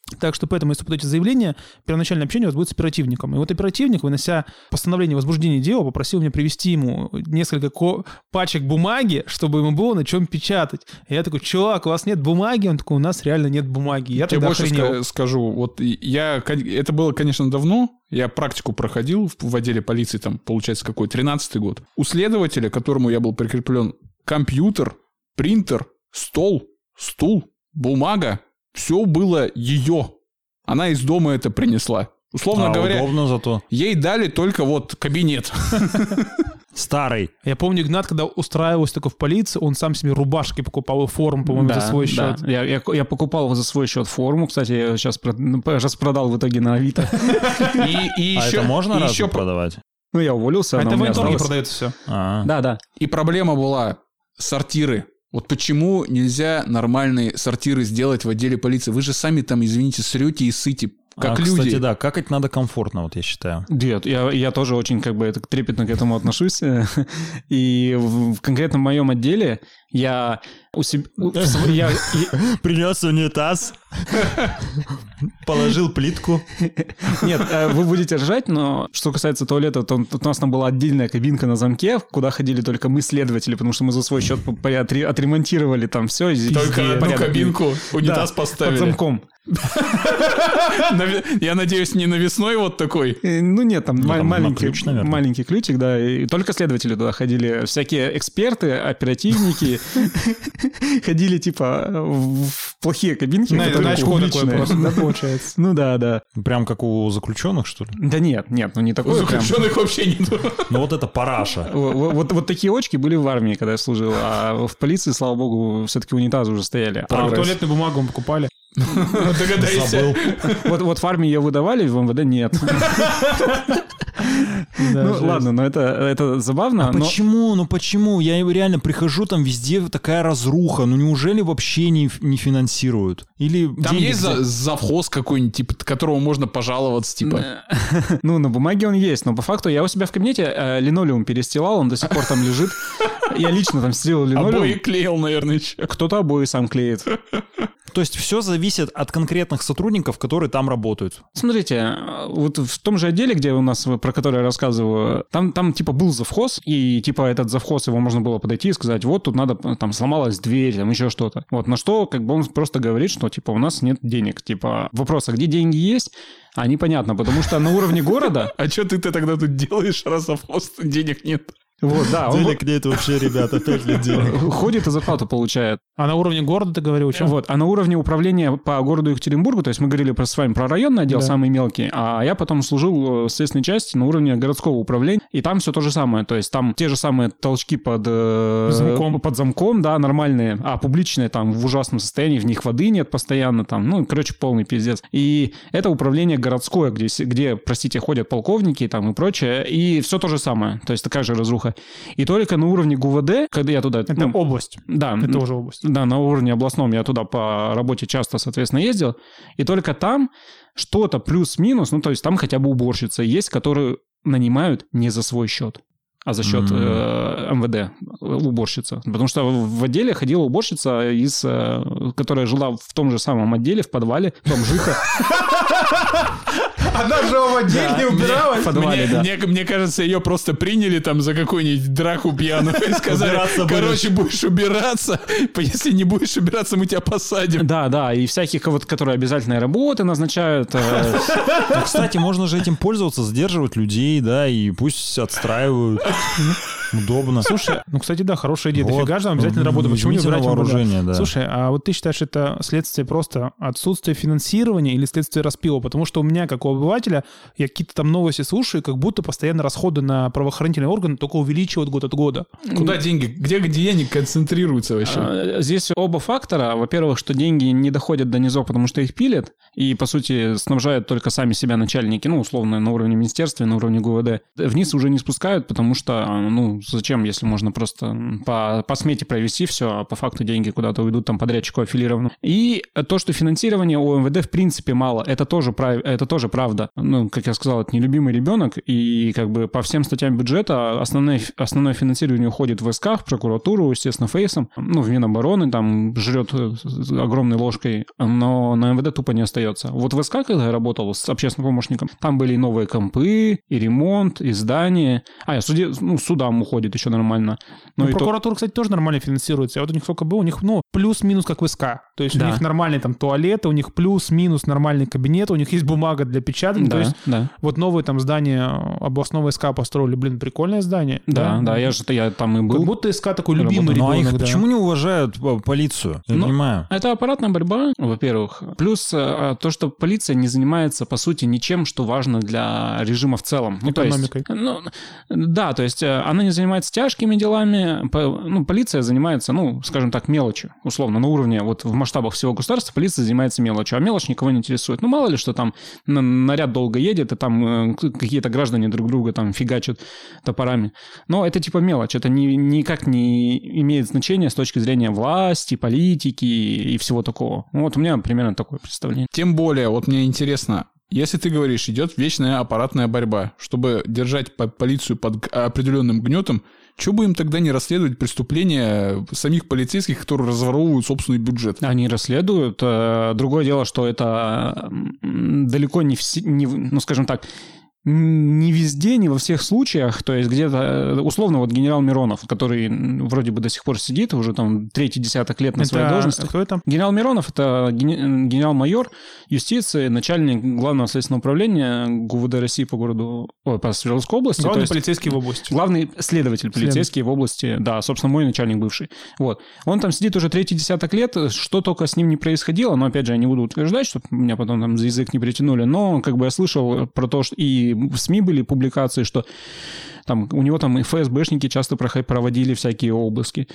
Так что поэтому, если подаете заявление, первоначальное общение у вас будет с оперативником. И вот оперативник, вынося постановление о возбуждении дела, попросил меня привезти ему несколько ко- пачек бумаги, чтобы ему было на чем печатать. И я такой: чувак, у вас нет бумаги? Он такой: у нас реально нет бумаги. Я Тебе тогда больше охренел. ска- скажу. Вот я... Это было, конечно, давно. Я практику проходил в, в отделе полиции, там, получается, какой, тринадцатый год. У следователя, к которому я был прикреплен, компьютер, принтер, стол, стул, бумага. Все было ее. Она из дома это принесла. Условно а, говоря, удобно зато. Ей дали только вот кабинет. Старый. Я помню, Игнат, когда устраивался только в полиции, он сам себе рубашки покупал и форму, по-моему, Да, за свой да. счет. Я, я, я покупал за свой счет форму, кстати, я ее сейчас распродал в итоге на Авито. И, и А еще, это можно и разу еще... продавать? Ну, я уволился, А она это у в меня военторге осталась. продается все. А. Да, да. И проблема была сортиры. Вот почему нельзя нормальные сортиры сделать в отделе полиции? Вы же сами там, извините, срете и сыте, как а, люди. Кстати, да, какать надо комфортно, вот я считаю. Нет, я, я тоже очень как бы трепетно к этому отношусь. И в, в конкретном моем отделе я у себя... Я, я... Принес унитаз, положил плитку. Нет, вы будете ржать, но что касается туалета, то у нас там была отдельная кабинка на замке, куда ходили только мы, следователи, потому что мы за свой счет отремонтировали там все. Только одну кабинку, унитаз да, поставили. под замком. Я надеюсь, не навесной вот такой? Ну нет, там, ну, там маленький, ключ, маленький ключик, да, и только следователи туда ходили, всякие эксперты, оперативники ходили типа в плохие кабинки, которые очко такое публичные. просто, да, получается? Ну да, да. Прям как у заключенных, что ли? Да нет, нет, ну не У такое прям. заключенных вообще нету. Ну вот это параша. Вот, вот, вот такие очки были в армии, когда я служил, а в полиции, слава богу, все-таки унитазы уже стояли. А туалетную бумагу мы покупали. Догадайся. Забыл. Вот, вот в армии ее выдавали, в МВД нет. Ну ладно, но это, это забавно. А но... почему? Ну почему? Я реально прихожу, там везде такая разруха. Ну неужели вообще не, не финансируют? Или Там деньги есть где? за- завхоз какой-нибудь, типа, которому можно пожаловаться, типа. Ну, на бумаге он есть, но по факту я у себя в кабинете э, линолеум перестилал, он до сих пор там лежит. Я лично там стелил линолеум. Обои клеил, наверное, еще. Кто-то обои сам клеит. То есть все зависит от конкретных сотрудников, которые там работают. Смотрите, вот в том же отделе, где у нас, про который я рассказываю, там, там типа был завхоз, и типа этот завхоз, его можно было подойти и сказать: вот тут надо, там сломалась дверь, там еще что-то. Вот, на что как бы он просто говорит, что типа у нас нет денег. Типа вопрос, а где деньги есть? А непонятно, потому что на уровне города... А что ты-то тогда тут делаешь, раз завхоз денег нет? Вот, да, он Денег нет вообще, ребята, пять лет денег. ходит и зарплату получает. А на уровне города ты говорил, что? Вот, а на уровне управления по городу Екатеринбургу, то есть мы говорили про, с вами про районный отдел, Да. самый мелкий, а я потом служил в следственной части на уровне городского управления, и там все то же самое, то есть там те же самые толчки под, э, Замком. под замком, да, нормальные, а публичные там в ужасном состоянии, в них воды нет постоянно, там, ну, короче, полный пиздец. И это управление городское, где, с- где, простите, ходят полковники там и прочее, и все то же самое, то есть такая же разруха. И только на уровне ГУВД, когда я туда... Это ну, область. да, Это уже область. да, на уровне областном я туда по работе часто, соответственно, ездил. И только там что-то плюс-минус, ну, то есть там хотя бы уборщица есть, которую нанимают не за свой счет, а за счет э, МВД, уборщица. Потому что в отделе ходила уборщица, из, э, которая жила в том же самом отделе, в подвале, бомжиха. Она же в отделе убиралась. В подвале, Мне, да. мне- мне кажется, ее просто приняли там за какую-нибудь драку пьяную и сказали: Убираться будешь. короче, будешь убираться, если не будешь убираться, мы тебя посадим. Да, да, и всяких вот, которые обязательные работы назначают. э, Ну, кстати, можно же этим пользоваться, сдерживать людей, да, и пусть отстраивают. Удобно. Слушай, ну, кстати, да, хорошая идея. Вот. Дофига же нам обязательно работа. Почему не Возьмите на брать МВД? вооружение, да. Слушай, а вот ты считаешь, это следствие просто отсутствия финансирования или следствие распила? Потому что у меня, как у обывателя, я какие-то там новости слушаю, как будто постоянно расходы на правоохранительные органы только увеличивают год от года. Куда деньги? Где деньги концентрируются вообще? А, Здесь оба фактора. Во-первых, что деньги не доходят до низов, потому что их пилят, и, по сути, снабжают только сами себя начальники, ну, условно, на уровне министерства и на уровне ГУВД. Вниз уже не спускают, потому что, ну, зачем, если можно просто по, по смете провести все, а по факту деньги куда-то уйдут там подрядчику аффилированному. И то, что финансирование у МВД в принципе мало, это тоже, прав... это тоже правда. Ну, как я сказал, это нелюбимый ребенок, и как бы по всем статьям бюджета основное, основное финансирование уходит в ВСК, в прокуратуру, естественно, фейсом, ну, в Минобороны, там жрет огромной ложкой, но на МВД тупо не остается. Вот в ВСК, когда я работал с общественным помощником, там были и новые компы, и ремонт, и здания. А, суде, ну, судам уходит еще нормально. Но ну, прокуратура, то... кстати, тоже нормально финансируется. А вот у них сколько было? У них, ну, плюс-минус как ВСК. То есть да. у них нормальные там туалеты, у них плюс-минус нормальный кабинет, у них есть бумага для печатания. Да, то есть да. вот новые там здания областного СК построили. Блин, прикольное здание. Да, да, да я же я там и был. Как будто СК такой любимый ну, ребенок. А их да. почему не уважают полицию? Я ну, не понимаю. Это аппаратная борьба, во-первых. Плюс то, что полиция не занимается, по сути, ничем, что важно для режима в целом. Ну, экономикой. То есть, ну, да, то есть она не занимается тяжкими делами. Ну, полиция занимается, ну, скажем так, мелочью, условно, на уровне, вот в масштабах всего государства полиция занимается мелочью, а мелочь никого не интересует. Ну, мало ли, что там наряд долго едет, и там какие-то граждане друг друга там фигачат топорами. Но это типа мелочь, это ни, никак не имеет значения с точки зрения власти, политики и всего такого. Вот у меня примерно такое представление. Тем более, вот мне интересно, если ты говоришь, идет вечная аппаратная борьба, чтобы держать полицию под определенным гнетом, что бы им тогда не расследовать преступления самих полицейских, которые разворовывают собственный бюджет? Они расследуют. Другое дело, что это далеко не все, не, ну, скажем так, не везде, не во всех случаях, то есть где-то, условно, вот генерал Миронов, который вроде бы до сих пор сидит, уже там третий десяток лет на это своей должности. Кто это? Генерал Миронов — это генерал-майор юстиции, начальник Главного следственного управления ГУВД России по городу, ой, по Свердловской области. Главный есть, полицейский в области. Главный следователь полицейский След. в области, да, собственно, мой начальник бывший. Вот. Он там сидит уже третий десяток лет, что только с ним не происходило, но, опять же, я не буду утверждать, чтобы меня потом там за язык не притянули, но как бы я слышал про то, что и в СМИ были публикации, что там у него там и ФСБшники часто проводили всякие обыски,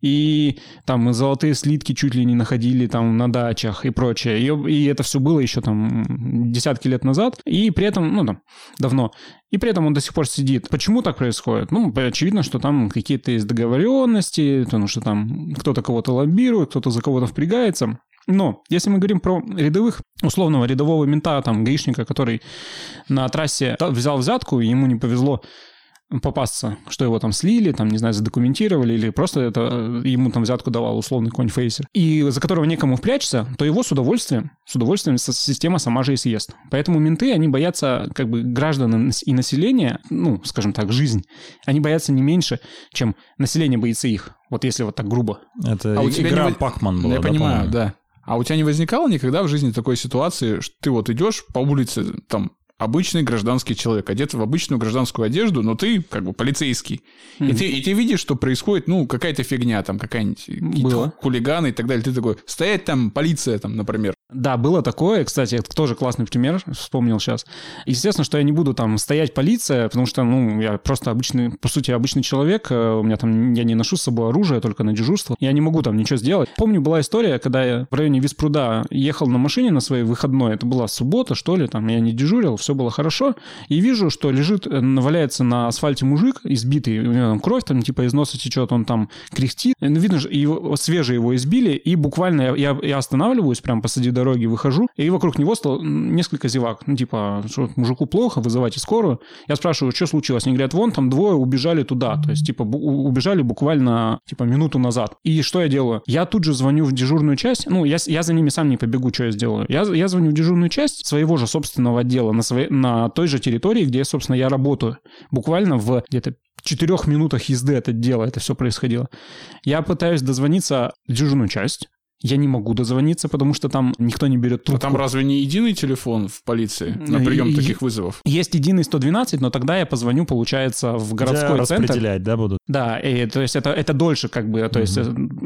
и там золотые слитки чуть ли не находили там на дачах и прочее. И, и это все было еще там десятки лет назад, и при этом, ну там, давно. И при этом он до сих пор сидит. Почему так происходит? Ну, очевидно, что там какие-то есть договоренности, потому что там кто-то кого-то лоббирует, кто-то за кого-то впрягается. Но если мы говорим про рядовых, условного рядового мента, там, гаишника, который на трассе взял взятку, и ему не повезло попасться, что его там слили, там, не знаю, задокументировали, или просто это ему там взятку давал условный какой-нибудь фейсер, и за которого некому впрячься, то его с удовольствием, с удовольствием система сама же и съест. Поэтому менты, они боятся как бы граждан и населения, ну, скажем так, жизнь, они боятся не меньше, чем население боится их. Вот если вот так грубо. Это а игра не... Пакман была, Я да, понимаю, помню? да. А у тебя не возникало никогда в жизни такой ситуации, что ты вот идешь по улице, там, обычный гражданский человек, одет в обычную гражданскую одежду, но ты как бы полицейский. Mm-hmm. И, ты, и ты видишь, что происходит, ну, какая-то фигня, там, какая-нибудь хулиганы и так далее. Ты такой, стоять там полиция, там, например. Да, было такое, кстати, это тоже классный пример, вспомнил сейчас. Естественно, что я не буду там стоять полиция, потому что, ну, я просто обычный, по сути, обычный человек, у меня там, я не ношу с собой оружие, только на дежурство, я не могу там ничего сделать. Помню, была история, когда я в районе Виспруда ехал на машине на своей выходной, это была суббота, что ли, там, я не дежурил, все было хорошо, и вижу, что лежит, валяется на асфальте мужик, избитый, у него там кровь, там, типа, из носа течет, он там кряхтит, видно, его, свежие его избили, и буквально я, я останавливаюсь прям посреди дороги, дороги выхожу, и вокруг него стало несколько зевак. Ну, типа, что мужику плохо, вызывайте скорую. Я спрашиваю, что случилось? Они говорят, вон там двое убежали туда. То есть, типа, бу- убежали буквально, типа, минуту назад. И что я делаю? Я тут же звоню в дежурную часть. Ну, я, я за ними сам не побегу, что я сделаю. Я, я звоню в дежурную часть своего же собственного отдела на, своей, на той же территории, где, собственно, я работаю. Буквально в где-то четырех минутах езды это дело, это все происходило. Я пытаюсь дозвониться в дежурную часть. Я не могу дозвониться, потому что там никто не берет трубку. А там разве не единый телефон в полиции на прием и, таких вызовов? Есть единый сто двенадцать, но тогда я позвоню, получается, в городской Где центр. Распределять, да, будут? Да, и, то есть это, это дольше как бы, то есть mm-hmm.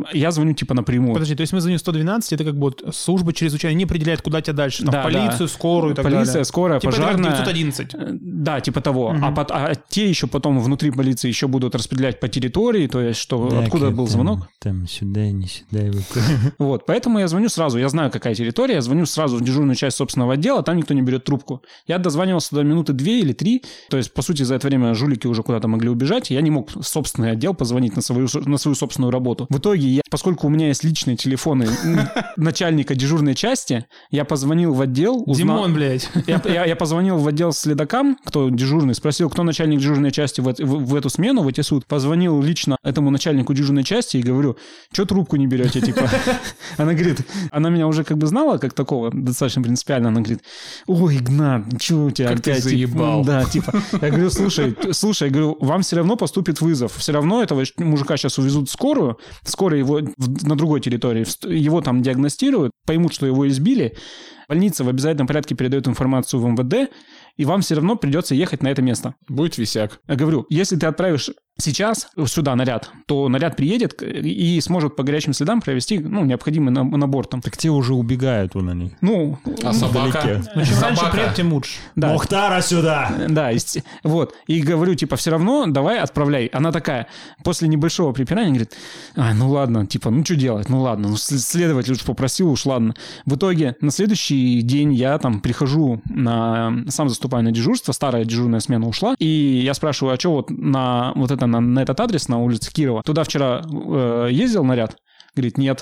я звоню типа напрямую. Подожди, то есть мы звоним сто двенадцать, это как бы вот служба чрезвычайно не определяет, куда тебя дальше, там, Да, полицию, да. скорую и так Полиция, далее. скорая, Типа пожарная. девятьсот одиннадцать. Да, типа того. Мгм. А, пот- а те еще потом внутри полиции еще будут распределять по территории, то есть что откуда был звонок. Там сюда, не сюда. Вот, поэтому я звоню сразу, я знаю, какая территория, я звоню сразу в дежурную часть собственного отдела, там никто не берет трубку. Я дозванивался туда минуты две или три, то есть, по сути, за это время жулики уже куда-то могли убежать, и я не мог в собственный отдел позвонить на свою, на свою собственную работу. В итоге, я, поскольку у меня есть личные телефоны начальника дежурной части, я позвонил в отдел, узнал... Димон, блядь. Я, я, я позвонил в отдел следакам, кто дежурный, спросил, кто начальник дежурной части в, в, в эту смену, в эти суд. Позвонил лично этому начальнику дежурной части и говорю, что трубку не берете, типа. Она говорит, она меня уже как бы знала, как такого, достаточно принципиально. Она говорит, ой, Игнат, что у тебя Как ты опять? заебал. Типа, да, типа. Я говорю, слушай, слушай, я говорю, вам все равно поступит вызов. Все равно этого мужика сейчас увезут в скорую, скоро его в, на другой территории, его там диагностируют, поймут, что его избили. Больница в обязательном порядке передает информацию в эм вэ дэ, и вам все равно придется ехать на это место. Будет висяк. Я говорю, если ты отправишь сейчас сюда наряд, то наряд приедет и сможет по горячим следам провести, ну, необходимый набор там. Так те уже убегают вон они. Ну, А собака? вдалеке. Ну, чем раньше Собака. приедет, тем лучше. да. Мухтара сюда! Да, есть- вот. И говорю, типа, все равно давай отправляй. Она такая, после небольшого припирания, говорит, а, ну ладно, типа, ну что делать, ну ладно. Ну, с- следователь уж попросил, уж ладно. В итоге на следующий день я там прихожу, на сам заступаю на дежурство, старая дежурная смена ушла, и я спрашиваю, а что вот на вот это, на, на этот адрес, на улице Кирова, туда вчера э, ездил наряд? Говорит, нет.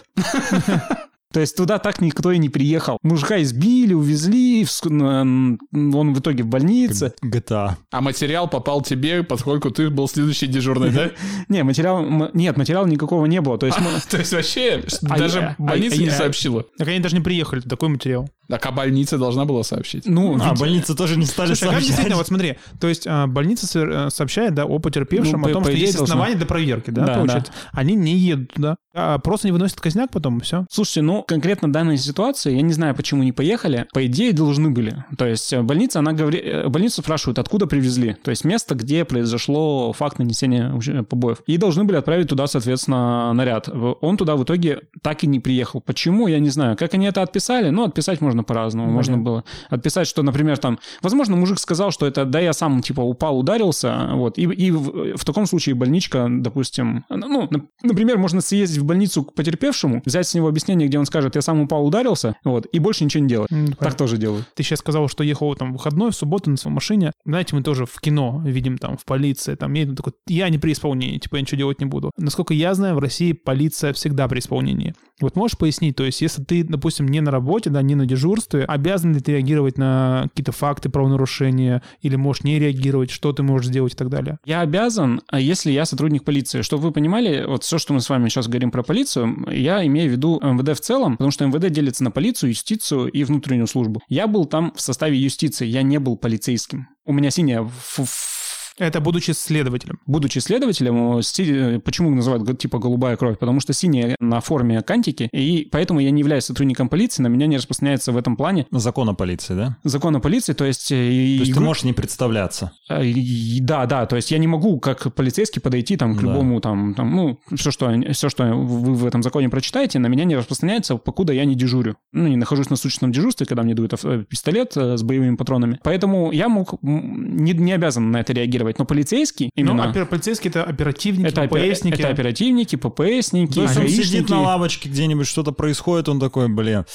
То есть туда так никто и не приехал. Мужика избили, увезли, в- он в итоге в больнице. джи ти эй. А материал попал тебе, поскольку ты был следующий дежурный, да? Не, материал... м- Нет, материала никакого не было. То есть... мы- То есть вообще А даже я- больница а не я- сообщила. Так они даже не приехали, такой материал. Так, а больница должна была сообщить. Ну, А, ведь- больницы тоже не стали Слушай, а как сообщать. действительно, вот смотри, то есть а, больница со- сообщает, да, о потерпевшем, Ну, о том, по что идее есть должна. основания для проверки, да, Да, получается. Они не едут туда, а просто не выносят казняк потом, и все. Слушайте, ну, конкретно в данной ситуации, я не знаю, почему не поехали. По идее, должны были. То есть э, больница, она говорит... Больницу спрашивают, откуда привезли. То есть место, где произошло факт нанесения уж- побоев. И должны были отправить туда, соответственно, наряд. В- Он туда в итоге так и не приехал. Почему, я не знаю. Как они это отписали? Ну, отписать можно по-разному. Можно было отписать, что, например, там... Возможно, мужик сказал, что это... Да, я сам, типа, упал, ударился. Вот. И, и в, в таком случае больничка, допустим... Ну, нап- например, можно съездить в больницу к потерпевшему, взять с него объяснение, где он скажет, я сам упал, ударился, вот, и больше ничего не делать. М, Так понятно. тоже делают. Ты сейчас сказал, что ехал там в выходной, в субботу на своей машине. Знаете, мы тоже в кино видим там, в полиции, там едет такой, я не при исполнении, типа, я ничего делать не буду. Насколько я знаю, в России полиция всегда при исполнении. Вот можешь пояснить, то есть, если ты, допустим, не на работе, да, не на дежурстве, обязан ли ты реагировать на какие-то факты правонарушения, или можешь не реагировать, что ты можешь сделать и так далее? Я обязан, а если я сотрудник полиции. Чтобы вы понимали, вот все, что мы с вами сейчас говорим про полицию, я имею в виду эм вэ дэ в целом, потому что эм вэ дэ делится на полицию, юстицию и внутреннюю службу. Я был там в составе юстиции, я не был полицейским. У меня синяя ф- ф- Это будучи следователем. Будучи следователем, си- почему называют г- типа голубая кровь? Потому что синяя на форме кантики, и поэтому я не являюсь сотрудником полиции, на меня не распространяется в этом плане Закон о полиции, да? закон о полиции, то есть... э, и- То есть ты и- можешь не представляться. А, и- Да, да, то есть я не могу как полицейский подойти там к Да. любому там, там, ну, все что, все, что вы в этом законе прочитаете, на меня не распространяется, покуда я не дежурю. Ну, не нахожусь на суточном дежурстве, когда мне дают ав- пистолет э, с боевыми патронами. Поэтому я мог, м, не, не обязан на это реагировать. Но полицейский Ну, именно... опер- полицейские — это оперативники, это, опера- ПСники. это оперативники, ППСники, То есть он гаишники. сидит на лавочке где-нибудь, что-то происходит, он такой, блин,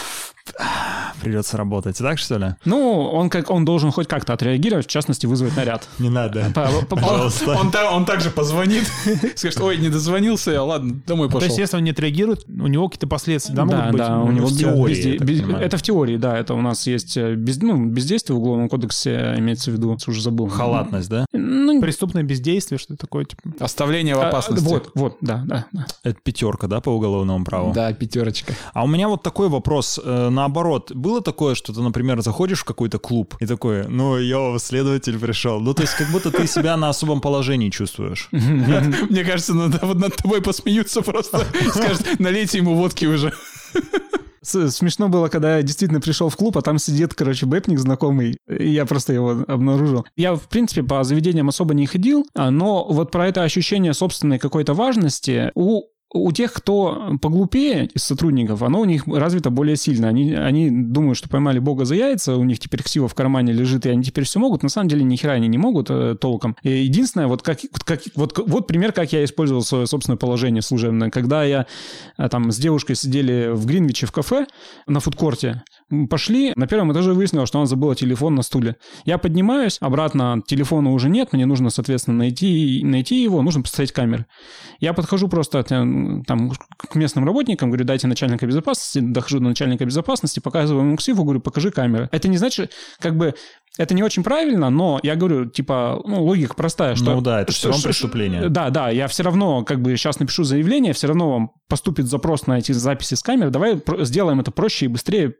придется работать. Так, что ли? Ну, он, как, он должен хоть как-то отреагировать, в частности, вызвать наряд. Не надо. По- по- по- Пожалуйста. Он, та- он также позвонит, скажет, ой, не дозвонился я, ладно, домой То пошел. есть, если он не отреагирует, у него какие-то последствия, да, Да, могут быть? да, у Ну, него в без- теории, безде- я так без- понимаю. это в теории, да, это у нас есть э, без, ну, бездействие в Уголовном кодексе, имеется в виду, уже забыл. Халатность, да? Ну, Преступное бездействие, что-то такое, типа. Оставление в а, опасности. Вот, вот, да, да. да. Это пятерка, да, по уголовному праву? Да, пятерочка. А у меня вот такой вопрос, э, наоборот, было такое, что ты, например, заходишь в какой-то клуб и такой, ну, йоу, следователь пришел. Ну, то есть как будто ты себя на особом положении чувствуешь. Мне кажется, надо вот над тобой посмеются просто. Скажут, налейте ему водки уже. С- Смешно было, когда я действительно пришел в клуб, а там сидит, короче, бэпник знакомый, и я просто его обнаружил. Я, в принципе, по заведениям особо не ходил, а, но вот про это ощущение собственной какой-то важности у у тех, кто поглупее из сотрудников, оно у них развито более сильно. Они, они думают, что поймали бога за яйца, у них теперь ксива в кармане лежит, и они теперь все могут. На самом деле ни хера они не могут э, толком. И единственное, вот, как, как, вот, вот пример, как я использовал свое собственное положение служебное. Когда я э, там с девушкой сидели в Гринвиче в кафе на фудкорте, пошли, на первом этаже выяснилось, что он забыл телефон на стуле. Я поднимаюсь, обратно телефона уже нет, мне нужно, соответственно, найти, найти его, нужно поставить камеры. Я подхожу просто там, к местным работникам, говорю, дайте начальника безопасности, дохожу до начальника безопасности, показываю ему ксиву, говорю, покажи камеры. Это не значит, как бы, это не очень правильно, но я говорю, типа, ну, логика простая, что... Ну да, это что, все равно что, преступление. Да, да, я все равно, как бы, сейчас напишу заявление, все равно вам поступит запрос на эти записи с камер, давай сделаем это проще и быстрее,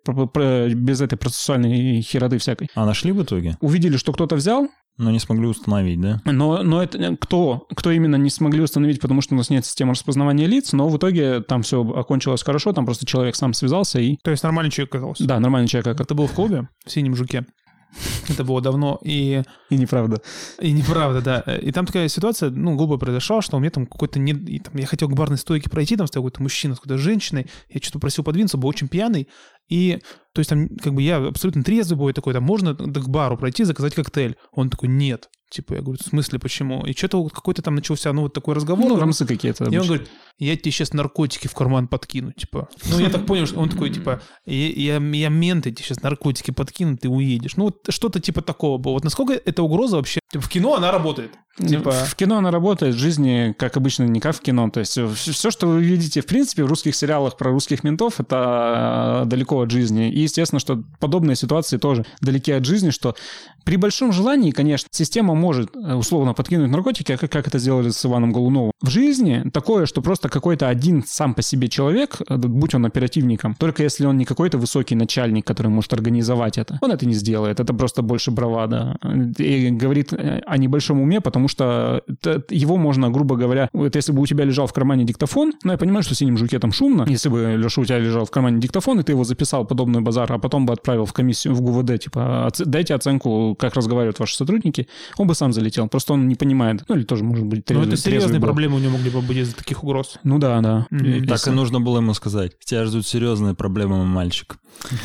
без этой процессуальной хероды всякой. А нашли в итоге? Увидели, что кто-то взял. Но не смогли установить, да? Но, но это кто, кто именно не смогли установить, потому что у нас нет системы распознавания лиц, но в итоге там все окончилось хорошо, там просто человек сам связался и... То есть нормальный человек оказался? Да, нормальный человек оказался. Это был в клубе в «Синем жуке». Это было давно, и... И неправда. И неправда, да. И там такая ситуация, ну, глупо произошла, что у меня там какой-то... Не... И, там, я хотел к барной стойке пройти, там стоял какой-то мужчина с какой-то женщиной, я что-то просил подвинуться, был очень пьяный, и... То есть там, как бы я абсолютно трезвый был, такой, там, можно к бару пройти, заказать коктейль? Он такой, нет. Типа, я говорю, в смысле, почему? И что-то какой-то там начался, ну, вот такой разговор. Ну, рамсы какие-то. И он говорит, я тебе сейчас наркотики в карман подкину, типа. Ну, я так понял, что он такой, типа, я, я, я мент, я тебе сейчас наркотики подкину, ты уедешь. Ну, вот что-то типа такого было. Вот насколько эта угроза вообще... Типа, в кино она работает. Типа... В кино она работает, в жизни, как обычно, не как в кино. То есть все, что вы видите, в принципе, в русских сериалах про русских ментов, это далеко от жизни. И, естественно, что подобные ситуации тоже далеки от жизни, что при большом желании, конечно, система может условно подкинуть наркотики, как, как это сделали с Иваном Голуновым. В жизни такое, что просто какой-то один сам по себе человек, будь он оперативником, только если он не какой-то высокий начальник, который может организовать это, он это не сделает. Это просто больше бравада. И говорит о небольшом уме, потому что его можно, грубо говоря, вот если бы у тебя лежал в кармане диктофон, ну, я понимаю, что в «Синем жуке» там шумно, если бы, Леша, у тебя лежал в кармане диктофон, и ты его записал, подобный базар, а потом бы отправил в комиссию, в ГУВД, типа, дайте оценку, как разговаривают ваши сотрудники, он бы сам залетел. Просто он не понимает. Ну, или тоже, может быть, трезвый. Ну, это серьезные проблемы у него могли бы быть из-за таких угроз. Ну, да, да. Mm-hmm. Так и нужно было ему сказать. Тебя ждут серьезные проблемы, мальчик.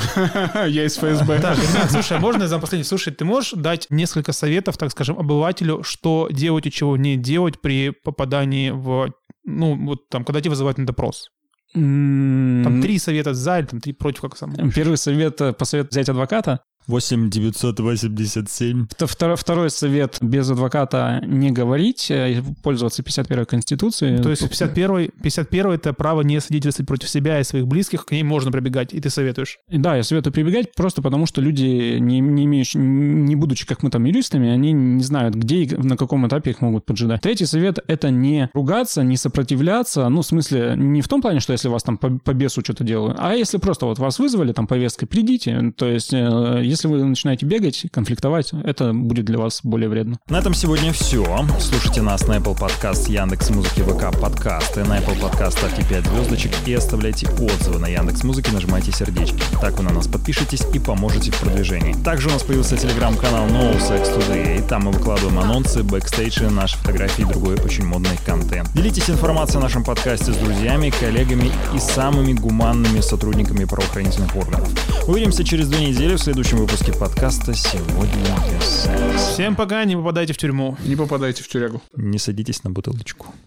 Я из ФСБ. Так, Игнат, слушай, можно я за последний? Слушай, ты можешь дать несколько советов, так скажем, обывателю, что делать и чего не делать при попадании в... Ну, вот там, когда тебя вызывают на допрос? Там три совета за или там три против, как сам. Первый совет — посоветовать взять адвоката. восемь девятьсот восемьдесят семь. Второй, второй совет: без адвоката не говорить, пользоваться пятьдесят первой Конституцией. То есть пятьдесят первый, пятьдесят первый это право не свидетельствовать против себя и своих близких, к ней можно прибегать, и ты советуешь? Да, я советую прибегать просто потому, что люди, не, не имеющие, не будучи как мы там юристами, они не знают, где и на каком этапе их могут поджидать. Третий совет — это не ругаться, не сопротивляться, ну, в смысле, не в том плане, что если вас там по, по бесу что-то делают, а если просто вот вас вызвали там повесткой, придите, то есть если вы начинаете бегать, конфликтовать, это будет для вас более вредно. На этом сегодня все. Слушайте нас на Apple Podcast, Яндекс.Музыки, ВК подкасты. На Apple Podcast ставьте пять звездочек и оставляйте отзывы. На Яндекс.Музыке нажимайте сердечки. Так вы на нас подпишетесь и поможете в продвижении. Также у нас появился телеграм-канал No Sex Today. И там мы выкладываем анонсы, бэкстейджи, наши фотографии и другой очень модный контент. Делитесь информацией о нашем подкасте с друзьями, коллегами и самыми гуманными сотрудниками правоохранительных органов. Увидимся через две недели в следующем выпуске подкаста «Сегодня без секса». Всем пока, не попадайте в тюрьму. Не попадайте в тюрягу. Не садитесь на бутылочку.